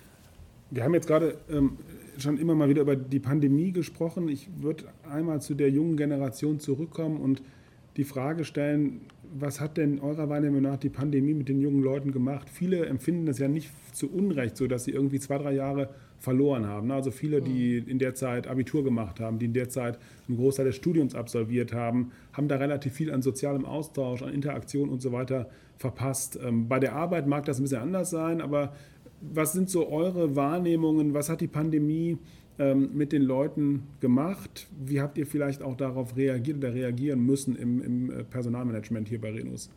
Wir haben jetzt gerade schon immer mal wieder über die Pandemie gesprochen. Ich würde einmal zu der jungen Generation zurückkommen und die Frage stellen, was hat denn eurer Wahrnehmung nach die Pandemie mit den jungen Leuten gemacht? Viele empfinden das ja nicht zu Unrecht so, dass sie irgendwie 2, 3 Jahre verloren haben. Also viele, die in der Zeit Abitur gemacht haben, die in der Zeit einen Großteil des Studiums absolviert haben, haben da relativ viel an sozialem Austausch, an Interaktion und so weiter verpasst. Bei der Arbeit mag das ein bisschen anders sein, aber was sind so eure Wahrnehmungen? Was hat die Pandemie mit den Leuten gemacht? Wie habt ihr vielleicht auch darauf reagiert oder reagieren müssen im Personalmanagement hier bei Renus?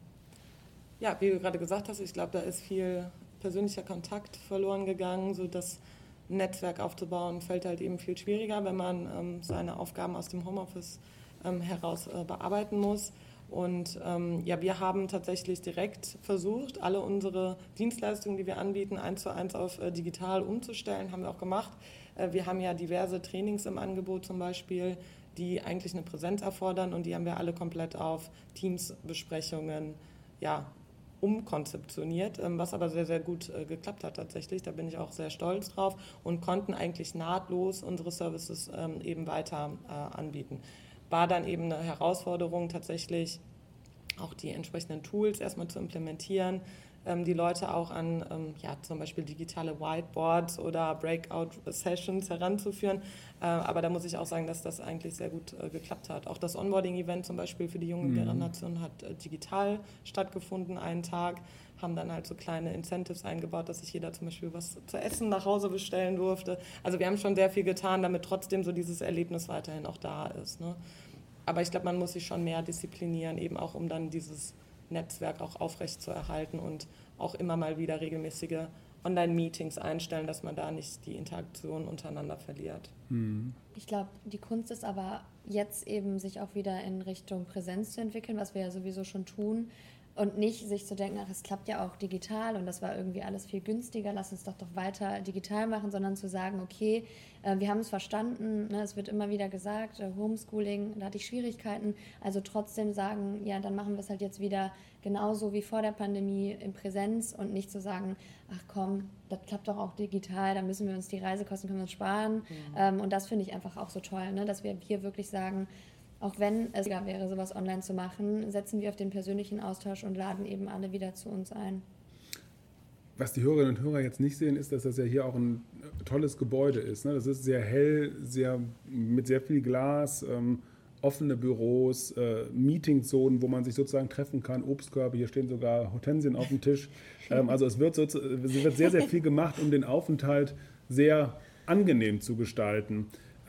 Ja, wie du gerade gesagt hast, ich glaube, da ist viel persönlicher Kontakt verloren gegangen, sodass ein Netzwerk aufzubauen, fällt halt eben viel schwieriger, wenn man seine Aufgaben aus dem Homeoffice heraus bearbeiten muss. Und wir haben tatsächlich direkt versucht, alle unsere Dienstleistungen, die wir anbieten, 1:1 auf digital umzustellen, haben wir auch gemacht. Wir haben ja diverse Trainings im Angebot zum Beispiel, die eigentlich eine Präsenz erfordern und die haben wir alle komplett auf Teams-Besprechungen umkonzeptioniert, was aber sehr, sehr gut geklappt hat tatsächlich. Da bin ich auch sehr stolz drauf und konnten eigentlich nahtlos unsere Services eben weiter anbieten. War dann eben eine Herausforderung tatsächlich, auch die entsprechenden Tools erstmal zu implementieren, die Leute auch an zum Beispiel digitale Whiteboards oder Breakout-Sessions heranzuführen. Aber da muss ich auch sagen, dass das eigentlich sehr gut geklappt hat. Auch das Onboarding-Event zum Beispiel für die junge Generation hat digital stattgefunden, einen Tag, haben dann halt so kleine Incentives eingebaut, dass sich jeder zum Beispiel was zu essen nach Hause bestellen durfte. Also wir haben schon sehr viel getan, damit trotzdem so dieses Erlebnis weiterhin auch da ist. Ne? Aber ich glaube, man muss sich schon mehr disziplinieren, eben auch um dann dieses Netzwerk auch aufrecht zu erhalten und auch immer mal wieder regelmäßige Online-Meetings einstellen, dass man da nicht die Interaktion untereinander verliert.
Ich glaube, die Kunst ist aber jetzt eben, sich auch wieder in Richtung Präsenz zu entwickeln, was wir ja sowieso schon tun. Und nicht sich zu denken, ach, es klappt ja auch digital und das war irgendwie alles viel günstiger, lass uns doch weiter digital machen, sondern zu sagen, okay, wir haben es verstanden, ne, es wird immer wieder gesagt, Homeschooling, da hatte ich Schwierigkeiten, also trotzdem sagen, ja, dann machen wir es halt jetzt wieder genauso wie vor der Pandemie in Präsenz und nicht zu sagen, ach komm, das klappt doch auch digital, da müssen wir uns die Reisekosten können wir uns sparen. Und das finde ich einfach auch so toll, ne, dass wir hier wirklich sagen, auch wenn es schwieriger wäre, sowas online zu machen, setzen wir auf den persönlichen Austausch und laden eben alle wieder zu uns ein.
Was die Hörerinnen und Hörer jetzt nicht sehen, ist, dass das ja hier auch ein tolles Gebäude ist. Das ist sehr hell, mit sehr viel Glas, offene Büros, Meetingzonen, wo man sich sozusagen treffen kann, Obstkörbe, hier stehen sogar Hortensien auf dem Tisch. Also es wird sehr, sehr viel gemacht, um den Aufenthalt sehr angenehm zu gestalten.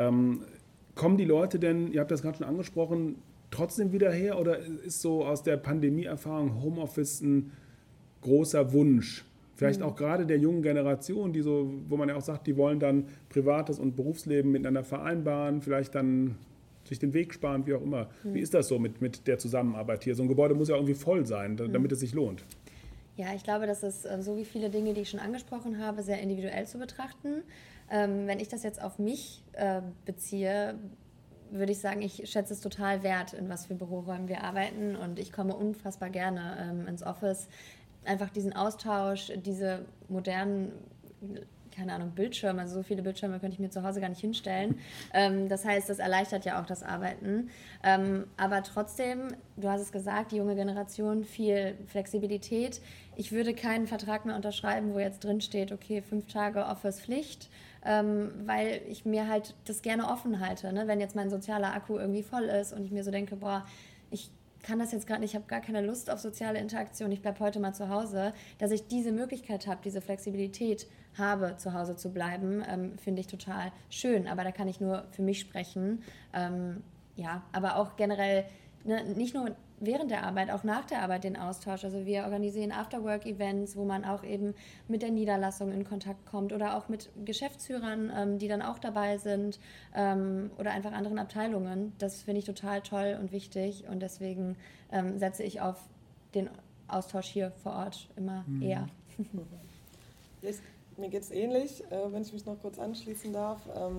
Kommen die Leute denn, ihr habt das gerade schon angesprochen, trotzdem wieder her oder ist so aus der Pandemie-Erfahrung Homeoffice ein großer Wunsch? Vielleicht auch gerade der jungen Generation, wo man ja auch sagt, die wollen dann Privates und Berufsleben miteinander vereinbaren, vielleicht dann sich den Weg sparen, wie auch immer. Wie ist das so mit der Zusammenarbeit hier? So ein Gebäude muss ja irgendwie voll sein, damit es sich lohnt.
Ja, ich glaube, das ist so wie viele Dinge, die ich schon angesprochen habe, sehr individuell zu betrachten. Wenn ich das jetzt auf mich beziehe, würde ich sagen, ich schätze es total wert, in was für Büroräumen wir arbeiten und ich komme unfassbar gerne ins Office. Einfach diesen Austausch, diese modernen, keine Ahnung, Bildschirme, also so viele Bildschirme könnte ich mir zu Hause gar nicht hinstellen. Das heißt, das erleichtert ja auch das Arbeiten. Aber trotzdem, du hast es gesagt, die junge Generation, viel Flexibilität. Ich würde keinen Vertrag mehr unterschreiben, wo jetzt drin steht, okay, 5 Tage Office-Pflicht, weil ich mir halt das gerne offen halte. Ne? Wenn jetzt mein sozialer Akku irgendwie voll ist und ich mir so denke, boah, ich kann das jetzt gerade nicht, ich habe gar keine Lust auf soziale Interaktion, ich bleibe heute mal zu Hause, dass ich diese Möglichkeit habe, diese Flexibilität habe, zu Hause zu bleiben, finde ich total schön. Aber da kann ich nur für mich sprechen. Aber auch generell, ne, nicht nur während der Arbeit, auch nach der Arbeit den Austausch. Also wir organisieren Afterwork-Events, wo man auch eben mit der Niederlassung in Kontakt kommt oder auch mit Geschäftsführern, die dann auch dabei sind oder einfach anderen Abteilungen. Das finde ich total toll und wichtig und deswegen setze ich auf den Austausch hier vor Ort immer eher.
Mir geht es ähnlich, wenn ich mich noch kurz anschließen darf.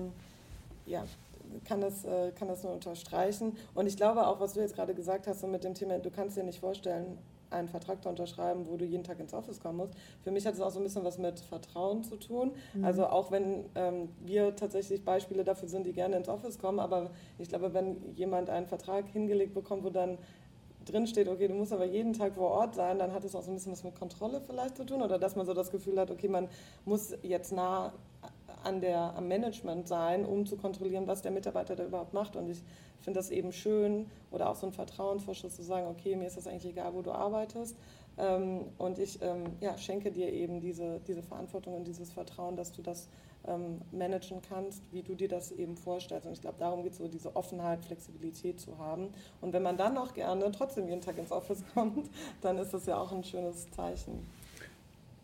Kann das nur unterstreichen. Und ich glaube auch, was du jetzt gerade gesagt hast, so mit dem Thema, du kannst dir nicht vorstellen, einen Vertrag zu unterschreiben, wo du jeden Tag ins Office kommen musst. Für mich hat es auch so ein bisschen was mit Vertrauen zu tun. Also auch wenn wir tatsächlich Beispiele dafür sind, die gerne ins Office kommen, aber ich glaube, wenn jemand einen Vertrag hingelegt bekommt, wo dann drin steht, okay, du musst aber jeden Tag vor Ort sein, dann hat es auch so ein bisschen was mit Kontrolle vielleicht zu tun oder dass man so das Gefühl hat, okay, man muss jetzt nah am Management sein, um zu kontrollieren, was der Mitarbeiter da überhaupt macht. Und ich finde das eben schön oder auch so ein Vertrauensvorschuss zu sagen, okay, mir ist das eigentlich egal, wo du arbeitest. Und ich schenke dir eben diese Verantwortung und dieses Vertrauen, dass du das managen kannst, wie du dir das eben vorstellst. Und ich glaube, darum geht es so, diese Offenheit, Flexibilität zu haben. Und wenn man dann auch gerne trotzdem jeden Tag ins Office kommt, dann ist das ja auch ein schönes Zeichen.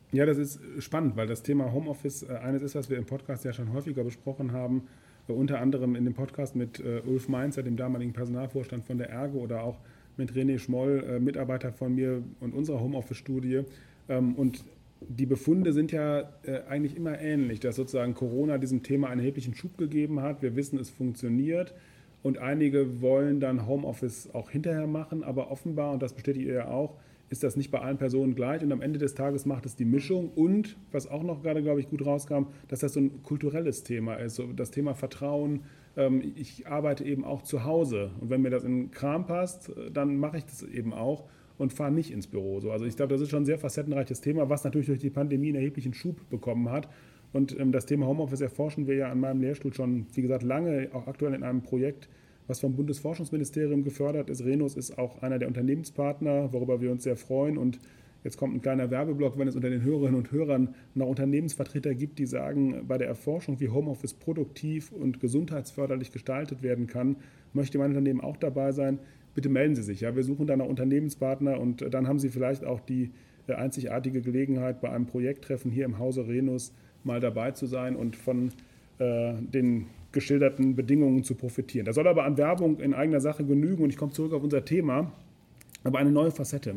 Ja, das ist spannend, weil das Thema Homeoffice eines ist, was wir im Podcast ja schon häufiger besprochen haben, unter anderem in dem Podcast mit Ulf Mainzer, dem damaligen Personalvorstand von der Ergo, oder auch mit René Schmoll, Mitarbeiter von mir und unserer Homeoffice-Studie. Und die Befunde sind ja eigentlich immer ähnlich, dass sozusagen Corona diesem Thema einen erheblichen Schub gegeben hat. Wir wissen, es funktioniert. Und einige wollen dann Homeoffice auch hinterher machen, aber offenbar, und das bestätigt ihr ja auch, ist das nicht bei allen Personen gleich, und am Ende des Tages macht es die Mischung, und was auch noch gerade, glaube ich, gut rauskam, dass das so ein kulturelles Thema ist, so das Thema Vertrauen. Ich arbeite eben auch zu Hause, und wenn mir das in den Kram passt, dann mache ich das eben auch und fahre nicht ins Büro. Also ich glaube, das ist schon ein sehr facettenreiches Thema, was natürlich durch die Pandemie einen erheblichen Schub bekommen hat. Und das Thema Homeoffice erforschen wir ja an meinem Lehrstuhl schon, wie gesagt, lange, auch aktuell in einem Projekt, was vom Bundesforschungsministerium gefördert ist. Renus ist auch einer der Unternehmenspartner, worüber wir uns sehr freuen. Und jetzt kommt ein kleiner Werbeblock, wenn es unter den Hörerinnen und Hörern noch Unternehmensvertreter gibt, die sagen, bei der Erforschung, wie Homeoffice produktiv und gesundheitsförderlich gestaltet werden kann, möchte mein Unternehmen auch dabei sein. Bitte melden Sie sich. Ja, wir suchen da noch Unternehmenspartner, und dann haben Sie vielleicht auch die einzigartige Gelegenheit, bei einem Projekttreffen hier im Hause Renus mal dabei zu sein und von den geschilderten Bedingungen zu profitieren. Das soll aber an Werbung in eigener Sache genügen, und ich komme zurück auf unser Thema, aber eine neue Facette.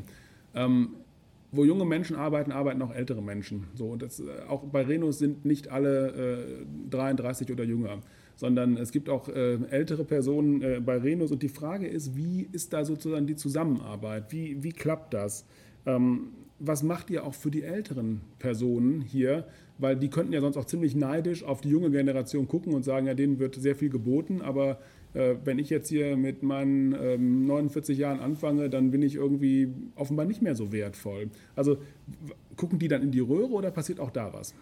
Wo junge Menschen arbeiten, arbeiten auch ältere Menschen. So, und das, auch bei Renus sind nicht alle 33 oder jünger, sondern es gibt auch ältere Personen bei Renus, und die Frage ist, wie ist da sozusagen die Zusammenarbeit? Wie klappt das? Was macht ihr auch für die älteren Personen hier? Weil die könnten ja sonst auch ziemlich neidisch auf die junge Generation gucken und sagen, ja, denen wird sehr viel geboten, aber wenn ich jetzt hier mit meinen 49 Jahren anfange, dann bin ich irgendwie offenbar nicht mehr so wertvoll. Also gucken die dann in die Röhre, oder passiert auch da was?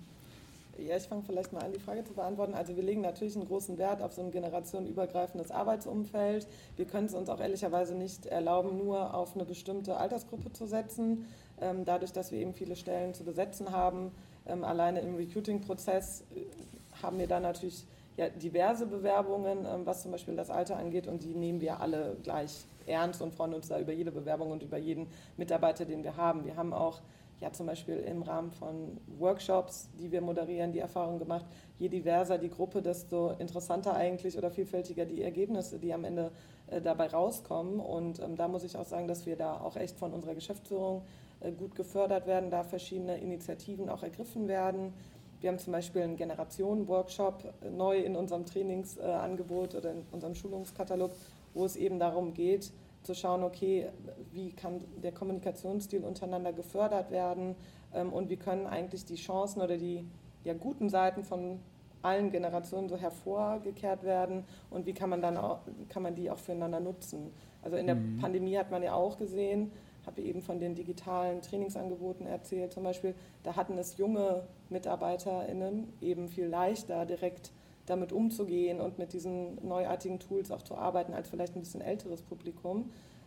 Ja, ich fange vielleicht mal an, die Frage zu beantworten. Also wir legen natürlich einen großen Wert auf so ein generationenübergreifendes Arbeitsumfeld. Wir können es uns auch ehrlicherweise nicht erlauben, nur auf eine bestimmte Altersgruppe zu setzen. Dadurch, dass wir eben viele Stellen zu besetzen haben, alleine im Recruiting-Prozess haben wir da natürlich ja, diverse Bewerbungen, was zum Beispiel das Alter angeht, und die nehmen wir alle gleich ernst und freuen uns da über jede Bewerbung und über jeden Mitarbeiter, den wir haben. Wir haben auch ja zum Beispiel im Rahmen von Workshops, die wir moderieren, die Erfahrung gemacht, je diverser die Gruppe, desto interessanter eigentlich oder vielfältiger die Ergebnisse, die am Ende dabei rauskommen. Und da muss ich auch sagen, dass wir da auch echt von unserer Geschäftsführung gut gefördert werden, da verschiedene Initiativen auch ergriffen werden. Wir haben zum Beispiel einen Generationen-Workshop neu in unserem Trainingsangebot oder in unserem Schulungskatalog, wo es eben darum geht, zu schauen, okay, wie kann der Kommunikationsstil untereinander gefördert werden und wie können eigentlich die Chancen oder die ja, guten Seiten von allen Generationen so hervorgekehrt werden, und wie kann man die auch füreinander nutzen. Also in der Pandemie hat man ja auch gesehen, habe eben von den digitalen Trainingsangeboten erzählt zum Beispiel, da hatten es junge MitarbeiterInnen eben viel leichter, direkt damit umzugehen und mit diesen neuartigen Tools auch zu arbeiten, als vielleicht ein bisschen älteres Publikum.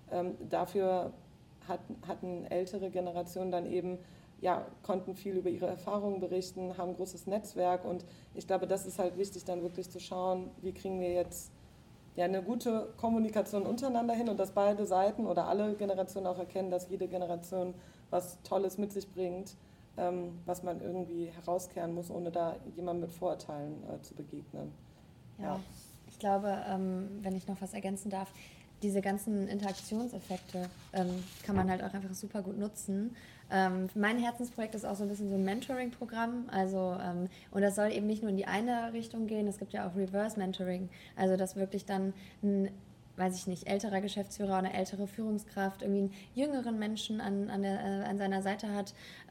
Dafür hatten ältere Generationen dann eben, ja, konnten viel über ihre Erfahrungen berichten, haben ein großes Netzwerk, und ich glaube, das ist halt wichtig, dann wirklich zu schauen, wie kriegen wir jetzt ja, eine gute Kommunikation untereinander hin, und dass beide Seiten oder alle Generationen auch erkennen, dass jede Generation was Tolles mit sich bringt, was man irgendwie herauskehren muss, ohne da jemandem mit Vorurteilen zu begegnen.
Ja, ich glaube, wenn ich noch was ergänzen darf, diese ganzen Interaktionseffekte kann man halt auch einfach super gut nutzen. Mein Herzensprojekt ist auch so ein bisschen so ein Mentoring-Programm, also und das soll eben nicht nur in die eine Richtung gehen, es gibt ja auch Reverse-Mentoring, also dass wirklich dann ein, weiß ich nicht, älterer Geschäftsführer oder eine ältere Führungskraft irgendwie einen jüngeren Menschen an seiner Seite hat,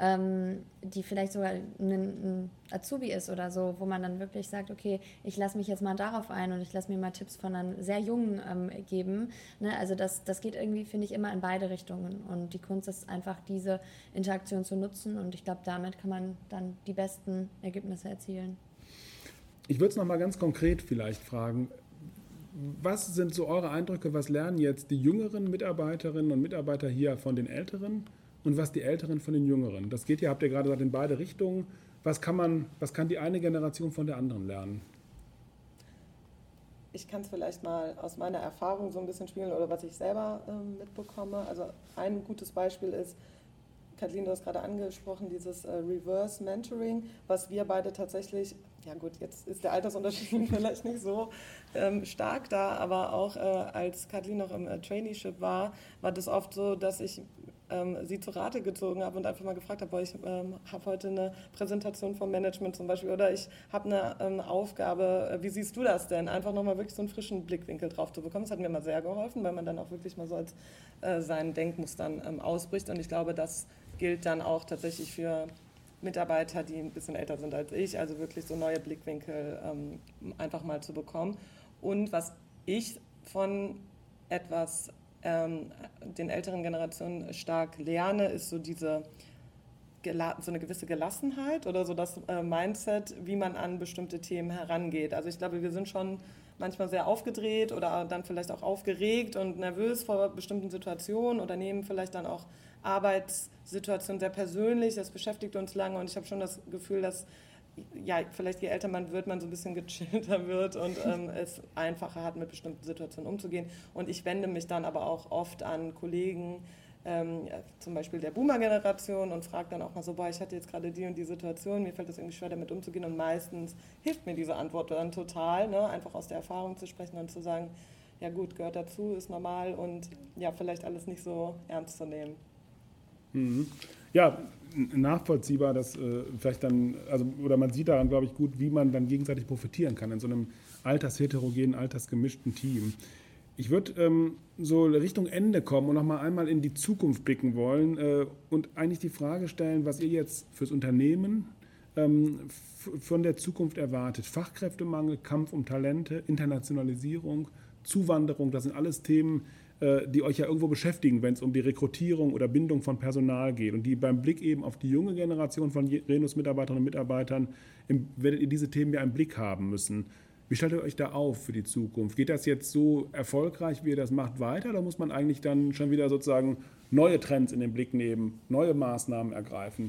die vielleicht sogar ein Azubi ist oder so, wo man dann wirklich sagt, okay, ich lasse mich jetzt mal darauf ein und ich lasse mir mal Tipps von einem sehr Jungen geben. Ne? Also das geht irgendwie, finde ich, immer in beide Richtungen, und die Kunst ist einfach, diese Interaktion zu nutzen, und ich glaube, damit kann man dann die besten Ergebnisse erzielen.
Ich würde es nochmal ganz konkret vielleicht fragen. Was sind so eure Eindrücke, was lernen jetzt die jüngeren Mitarbeiterinnen und Mitarbeiter hier von den Älteren und was die Älteren von den Jüngeren? Das geht ja, habt ihr gerade gesagt, in beide Richtungen. Was kann die eine Generation von der anderen lernen?
Ich kann es vielleicht mal aus meiner Erfahrung so ein bisschen spielen oder was ich selber mitbekomme. Also ein gutes Beispiel ist, Kathleen, du hast gerade angesprochen, dieses Reverse Mentoring, was wir beide tatsächlich, ja gut, jetzt ist der Altersunterschied vielleicht nicht so stark da, aber auch als Kathleen noch im Traineeship war das oft so, dass ich sie zu Rate gezogen habe und einfach mal gefragt habe, ich habe heute eine Präsentation vom Management zum Beispiel oder ich habe eine Aufgabe, wie siehst du das denn? Einfach nochmal wirklich so einen frischen Blickwinkel drauf zu bekommen. Das hat mir immer sehr geholfen, weil man dann auch wirklich mal so als seinen Denkmustern ausbricht und ich glaube, das gilt dann auch tatsächlich für Mitarbeiter, die ein bisschen älter sind als ich, also wirklich so neue Blickwinkel einfach mal zu bekommen. Und was ich von etwas den älteren Generationen stark lerne, ist so eine gewisse Gelassenheit oder so das Mindset, wie man an bestimmte Themen herangeht. Also ich glaube, wir sind schon manchmal sehr aufgedreht oder dann vielleicht auch aufgeregt und nervös vor bestimmten Situationen oder nehmen vielleicht dann auch Arbeitssituationen sehr persönlich. Das beschäftigt uns lange und ich habe schon das Gefühl, dass vielleicht je älter man wird, man so ein bisschen gechillter wird und es einfacher hat, mit bestimmten Situationen umzugehen. Und ich wende mich dann aber auch oft an Kollegen, zum Beispiel der Boomer-Generation und frage dann auch mal so, ich hatte jetzt gerade die und die Situation, mir fällt das irgendwie schwer, damit umzugehen und meistens hilft mir diese Antwort dann total, ne? Einfach aus der Erfahrung zu sprechen und zu sagen, ja gut, gehört dazu, ist normal und ja, vielleicht alles nicht so ernst zu nehmen.
Mhm. Ja, nachvollziehbar, dass vielleicht dann, oder man sieht daran, glaube ich, gut, wie man dann gegenseitig profitieren kann in so einem altersheterogenen, altersgemischten Team. Ich würde so Richtung Ende kommen und noch mal einmal in die Zukunft blicken wollen und eigentlich die Frage stellen, was ihr jetzt fürs Unternehmen von der Zukunft erwartet. Fachkräftemangel, Kampf um Talente, Internationalisierung, Zuwanderung, das sind alles Themen, die euch ja irgendwo beschäftigen, wenn es um die Rekrutierung oder Bindung von Personal geht und die beim Blick eben auf die junge Generation von Renus-Mitarbeiterinnen und Mitarbeitern, werdet ihr diese Themen ja im Blick haben müssen. Wie stellt ihr euch da auf für die Zukunft? Geht das jetzt so erfolgreich, wie ihr das macht, weiter oder muss man eigentlich dann schon wieder sozusagen neue Trends in den Blick nehmen, neue Maßnahmen ergreifen?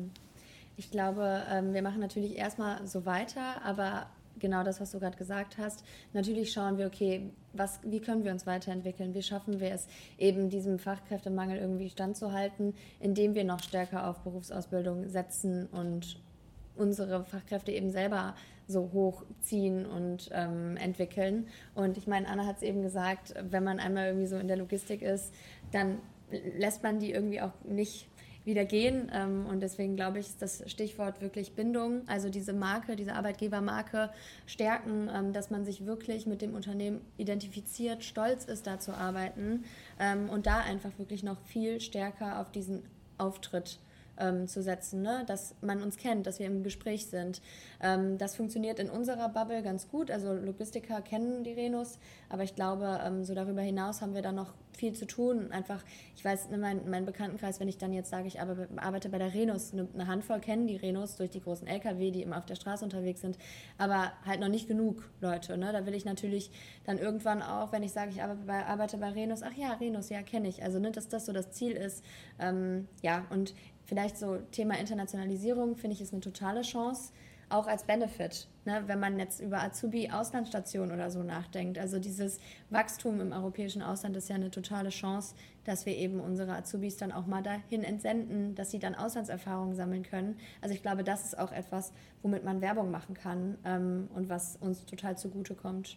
Ich glaube, wir machen natürlich erstmal so weiter, aber genau das, was du gerade gesagt hast. Natürlich schauen wir, okay, wie können wir uns weiterentwickeln? Wie schaffen wir es, eben diesem Fachkräftemangel irgendwie standzuhalten, indem wir noch stärker auf Berufsausbildung setzen und unsere Fachkräfte eben selber so hochziehen und entwickeln. Und ich meine, Anna hat es eben gesagt, wenn man einmal irgendwie so in der Logistik ist, dann lässt man die irgendwie auch nicht wieder gehen und deswegen glaube ich, ist das Stichwort wirklich Bindung, also diese Marke, diese Arbeitgebermarke stärken, dass man sich wirklich mit dem Unternehmen identifiziert, stolz ist, da zu arbeiten und da einfach wirklich noch viel stärker auf diesen Auftritt zu setzen, ne? Dass man uns kennt, dass wir im Gespräch sind. Das funktioniert in unserer Bubble ganz gut, also Logistiker kennen die Renus, aber ich glaube, so darüber hinaus haben wir da noch viel zu tun. Einfach, ich weiß, mein Bekanntenkreis, wenn ich dann jetzt sage, ich arbeite bei der Renus, eine Handvoll kennen die Renus durch die großen LKW, die immer auf der Straße unterwegs sind, aber halt noch nicht genug Leute. Ne? Da will ich natürlich dann irgendwann auch, wenn ich sage, ich arbeite bei Renus, ach ja, Renus, ja, kenne ich. Also, ne, dass das so das Ziel ist. Ja, und vielleicht so Thema Internationalisierung, finde ich, ist eine totale Chance, auch als Benefit, ne, wenn man jetzt über Azubi-Auslandsstationen oder so nachdenkt. Also dieses Wachstum im europäischen Ausland ist ja eine totale Chance, dass wir eben unsere Azubis dann auch mal dahin entsenden, dass sie dann Auslandserfahrungen sammeln können. Also ich glaube, das ist auch etwas, womit man Werbung machen kann und was uns total zugutekommt.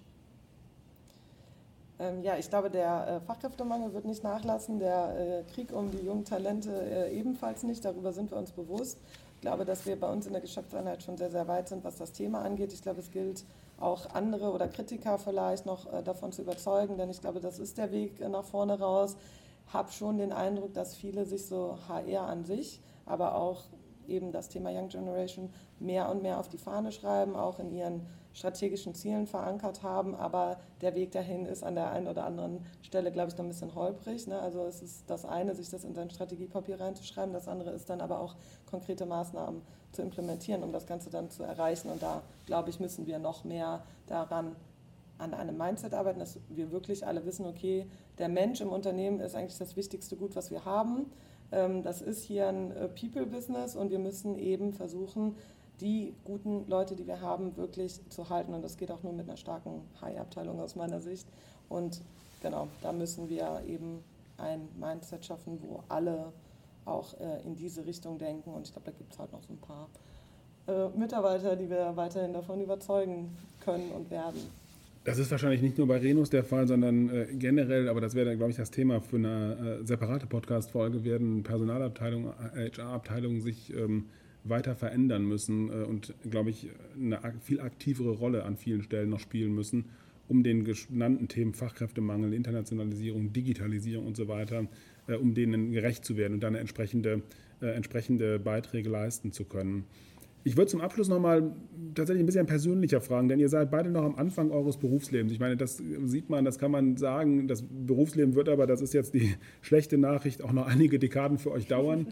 Ja, ich glaube, der Fachkräftemangel wird nicht nachlassen, der Krieg um die jungen Talente ebenfalls nicht, darüber sind wir uns bewusst. Ich glaube, dass wir bei uns in der Geschäftseinheit schon sehr, sehr weit sind, was das Thema angeht. Ich glaube, es gilt auch andere oder Kritiker vielleicht noch davon zu überzeugen, denn ich glaube, das ist der Weg nach vorne raus. Ich habe schon den Eindruck, dass viele sich so HR an sich, aber auch eben das Thema Young Generation mehr und mehr auf die Fahne schreiben, auch in ihren strategischen Zielen verankert haben, aber der Weg dahin ist an der einen oder anderen Stelle, glaube ich, noch ein bisschen holprig. Ne? Also es ist das eine, sich das in sein Strategiepapier reinzuschreiben, das andere ist dann aber auch konkrete Maßnahmen zu implementieren, um das Ganze dann zu erreichen. Und da, glaube ich, müssen wir noch mehr daran an einem Mindset arbeiten, dass wir wirklich alle wissen, okay, der Mensch im Unternehmen ist eigentlich das wichtigste Gut, was wir haben. Das ist hier ein People-Business und wir müssen eben versuchen, die guten Leute, die wir haben, wirklich zu halten. Und das geht auch nur mit einer starken HR-Abteilung aus meiner Sicht. Und genau, da müssen wir eben ein Mindset schaffen, wo alle auch in diese Richtung denken. Und ich glaube, da gibt es halt noch so ein paar Mitarbeiter, die wir weiterhin davon überzeugen können und werden.
Das ist wahrscheinlich nicht nur bei Renus der Fall, sondern generell, aber das wäre dann, glaube ich, das Thema für eine separate Podcast-Folge, werden Personalabteilungen, HR-Abteilungen sich weiter verändern müssen und, glaube ich, eine viel aktivere Rolle an vielen Stellen noch spielen müssen, um den genannten Themen Fachkräftemangel, Internationalisierung, Digitalisierung und so weiter, um denen gerecht zu werden und dann entsprechende Beiträge leisten zu können. Ich würde zum Abschluss nochmal tatsächlich ein bisschen persönlicher fragen, denn ihr seid beide noch am Anfang eures Berufslebens. Ich meine, das sieht man, das kann man sagen, das Berufsleben wird aber, das ist jetzt die schlechte Nachricht, auch noch einige Dekaden für euch dauern.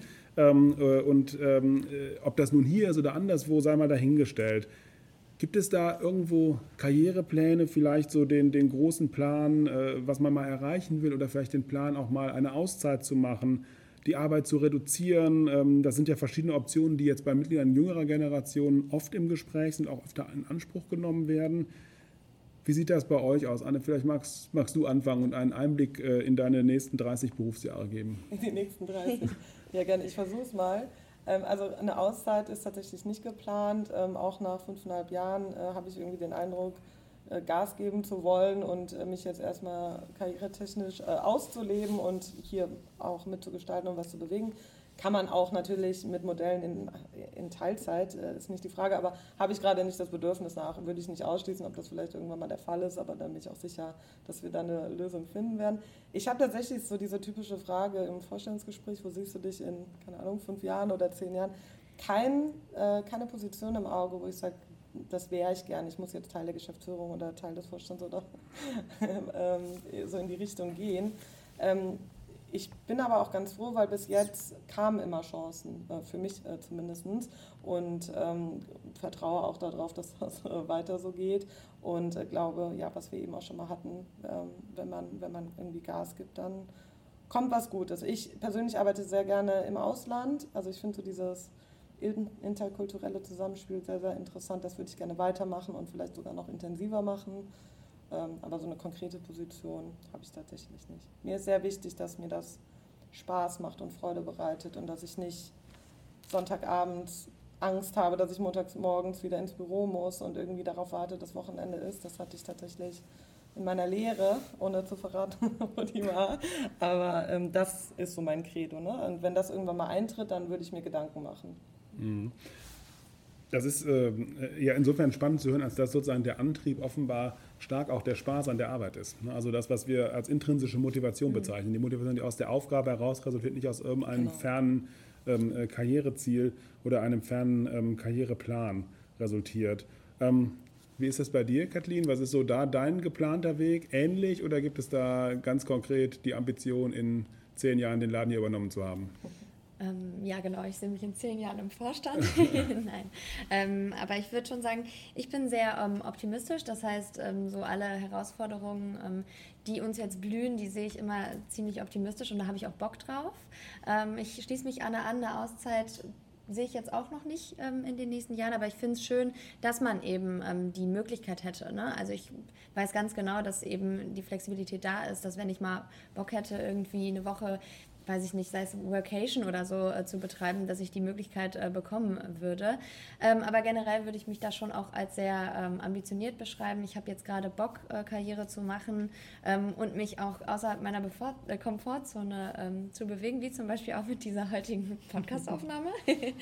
Ob das nun hier ist oder anderswo, sei mal dahingestellt. Gibt es da irgendwo Karrierepläne, vielleicht so den großen Plan, was man mal erreichen will oder vielleicht den Plan, auch mal eine Auszeit zu machen, die Arbeit zu reduzieren? Das sind ja verschiedene Optionen, die jetzt bei Mitgliedern jüngerer Generationen oft im Gespräch sind, auch öfter in Anspruch genommen werden. Wie sieht das bei euch aus? Anne, vielleicht magst du anfangen und einen Einblick in deine nächsten 30 Berufsjahre geben.
In die nächsten 30? Ja, gerne. Ich versuche es mal. Also eine Auszeit ist tatsächlich nicht geplant. Auch nach 5,5 Jahren habe ich irgendwie den Eindruck, Gas geben zu wollen und mich jetzt erstmal karrieretechnisch auszuleben und hier auch mitzugestalten und was zu bewegen. Kann man auch natürlich mit Modellen in Teilzeit, ist nicht die Frage, aber habe ich gerade nicht das Bedürfnis nach, würde ich nicht ausschließen, ob das vielleicht irgendwann mal der Fall ist, aber dann bin ich auch sicher, dass wir da eine Lösung finden werden. Ich habe tatsächlich so diese typische Frage im Vorstellungsgespräch, wo siehst du dich in, keine Ahnung, 5 Jahren oder 10 Jahren? Keine Position im Auge, wo ich sage, das wäre ich gern, ich muss jetzt Teil der Geschäftsführung oder Teil des Vorstands oder so in die Richtung gehen. Ich bin aber auch ganz froh, weil bis jetzt kamen immer Chancen, für mich zumindest, und vertraue auch darauf, dass das weiter so geht und glaube, ja, was wir eben auch schon mal hatten, wenn man irgendwie Gas gibt, dann kommt was Gutes. Ich persönlich arbeite sehr gerne im Ausland, also ich finde so dieses interkulturelle Zusammenspiel sehr, sehr interessant, das würde ich gerne weitermachen und vielleicht sogar noch intensiver machen. Aber so eine konkrete Position habe ich tatsächlich nicht. Mir ist sehr wichtig, dass mir das Spaß macht und Freude bereitet und dass ich nicht Sonntagabends Angst habe, dass ich montags morgens wieder ins Büro muss und irgendwie darauf warte, dass Wochenende ist. Das hatte ich tatsächlich in meiner Lehre, ohne zu verraten, wo die war. Aber das ist so mein Credo. Ne? Und wenn das irgendwann mal eintritt, dann würde ich mir Gedanken machen.
Mhm. Das ist ja insofern spannend zu hören, als dass sozusagen der Antrieb offenbar stark auch der Spaß an der Arbeit ist. Also das, was wir als intrinsische Motivation bezeichnen. Die Motivation, die aus der Aufgabe heraus resultiert, nicht aus irgendeinem fernen Karriereziel oder einem fernen Karriereplan resultiert. Wie ist das bei dir, Kathleen? Was ist so da dein geplanter Weg? Ähnlich oder gibt es da ganz konkret die Ambition, in 10 Jahren den Laden hier übernommen zu haben?
Ja, genau, ich sehe mich in 10 Jahren im Vorstand. Nein, aber ich würde schon sagen, ich bin sehr optimistisch. Das heißt, so alle Herausforderungen, die uns jetzt blühen, die sehe ich immer ziemlich optimistisch und da habe ich auch Bock drauf. Ich schließe mich an eine Auszeit sehe ich jetzt auch noch nicht in den nächsten Jahren, aber ich finde es schön, dass man eben die Möglichkeit hätte. Ne? Also ich weiß ganz genau, dass eben die Flexibilität da ist, dass wenn ich mal Bock hätte, irgendwie eine Woche, weiß ich nicht, sei es Workation oder so zu betreiben, dass ich die Möglichkeit bekommen würde. Aber generell würde ich mich da schon auch als sehr ambitioniert beschreiben. Ich habe jetzt gerade Bock, Karriere zu machen und mich auch außerhalb meiner Komfortzone zu bewegen, wie zum Beispiel auch mit dieser heutigen Podcastaufnahme.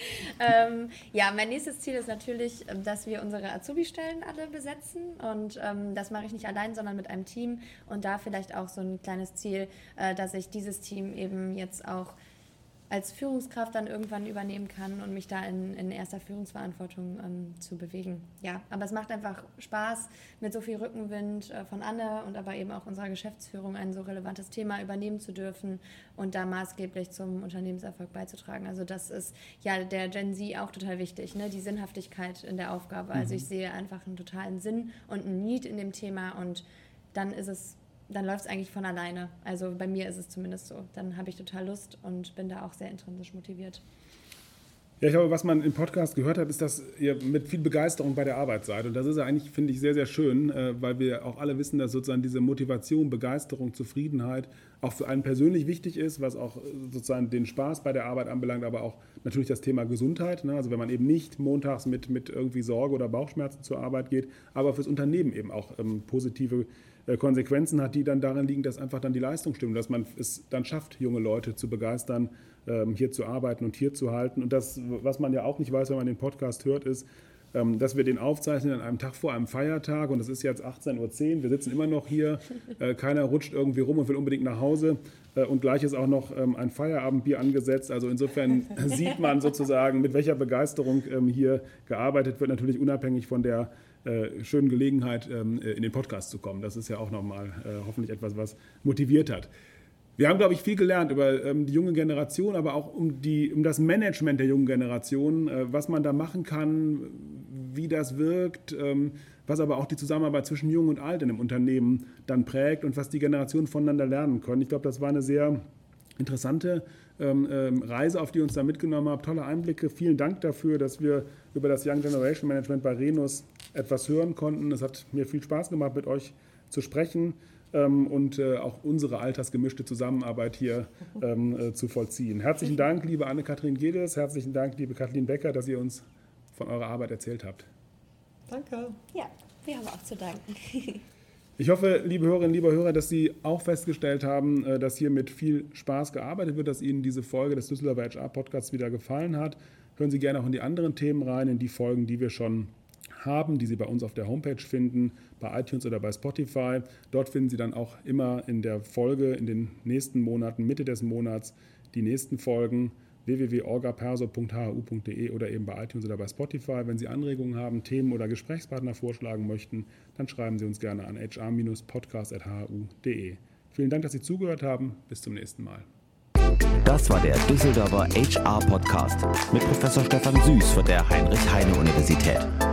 Ja, mein nächstes Ziel ist natürlich, dass wir unsere Azubi-Stellen alle besetzen und das mache ich nicht allein, sondern mit einem Team und da vielleicht auch so ein kleines Ziel, dass ich dieses Team eben jetzt auch als Führungskraft dann irgendwann übernehmen kann und mich da in erster Führungsverantwortung zu bewegen. Ja, aber es macht einfach Spaß, mit so viel Rückenwind von Anne und aber eben auch unserer Geschäftsführung ein so relevantes Thema übernehmen zu dürfen und da maßgeblich zum Unternehmenserfolg beizutragen. Also das ist ja der Gen Z auch total wichtig, ne? Die Sinnhaftigkeit in der Aufgabe. Also ich sehe einfach einen totalen Sinn und einen Need in dem Thema und dann läuft es eigentlich von alleine. Also bei mir ist es zumindest so. Dann habe ich total Lust und bin da auch sehr intrinsisch motiviert.
Ja, ich glaube, was man im Podcast gehört hat, ist, dass ihr mit viel Begeisterung bei der Arbeit seid. Und das ist ja eigentlich, finde ich, sehr, sehr schön, weil wir auch alle wissen, dass sozusagen diese Motivation, Begeisterung, Zufriedenheit auch für einen persönlich wichtig ist, was auch sozusagen den Spaß bei der Arbeit anbelangt, aber auch natürlich das Thema Gesundheit. Ne? Also wenn man eben nicht montags mit irgendwie Sorge oder Bauchschmerzen zur Arbeit geht, aber fürs Unternehmen eben auch positive Konsequenzen hat, die dann darin liegen, dass einfach dann die Leistung stimmt, dass man es dann schafft, junge Leute zu begeistern, hier zu arbeiten und hier zu halten. Und das, was man ja auch nicht weiß, wenn man den Podcast hört, ist, dass wir den aufzeichnen an einem Tag vor einem Feiertag und es ist jetzt 18:10 Uhr, wir sitzen immer noch hier, keiner rutscht irgendwie rum und will unbedingt nach Hause und gleich ist auch noch ein Feierabendbier angesetzt. Also insofern sieht man sozusagen, mit welcher Begeisterung hier gearbeitet wird, natürlich unabhängig von der schönen Gelegenheit, in den Podcast zu kommen. Das ist ja auch nochmal hoffentlich etwas, was motiviert hat. Wir haben, glaube ich, viel gelernt über die junge Generation, aber auch um das Management der jungen Generation, was man da machen kann, wie das wirkt, was aber auch die Zusammenarbeit zwischen Jung und Alt in einem Unternehmen dann prägt und was die Generationen voneinander lernen können. Ich glaube, das war eine sehr interessante Reise, auf die ihr uns da mitgenommen habt. Tolle Einblicke. Vielen Dank dafür, dass wir über das Young Generation Management bei Renus etwas hören konnten. Es hat mir viel Spaß gemacht, mit euch zu sprechen. Und auch unsere altersgemischte Zusammenarbeit hier zu vollziehen. Herzlichen Dank, liebe Anne-Kathrin Geddes, herzlichen Dank, liebe Kathleen Becker, dass ihr uns von eurer Arbeit erzählt habt.
Danke.
Ja, wir haben auch zu danken.
Ich hoffe, liebe Hörerinnen, liebe Hörer, dass Sie auch festgestellt haben, dass hier mit viel Spaß gearbeitet wird, dass Ihnen diese Folge des Düsseldorfer HR-Podcasts wieder gefallen hat. Hören Sie gerne auch in die anderen Themen rein, in die Folgen, die wir schon haben, die Sie bei uns auf der Homepage finden, bei iTunes oder bei Spotify. Dort finden Sie dann auch immer in der Folge, in den nächsten Monaten, Mitte des Monats, die nächsten Folgen www.orgaperso.hu.de oder eben bei iTunes oder bei Spotify. Wenn Sie Anregungen haben, Themen oder Gesprächspartner vorschlagen möchten, dann schreiben Sie uns gerne an hr-podcast@hu.de. Vielen Dank, dass Sie zugehört haben. Bis zum nächsten Mal.
Das war der Düsseldorfer HR-Podcast mit Professor Stefan Süß von der Heinrich-Heine-Universität.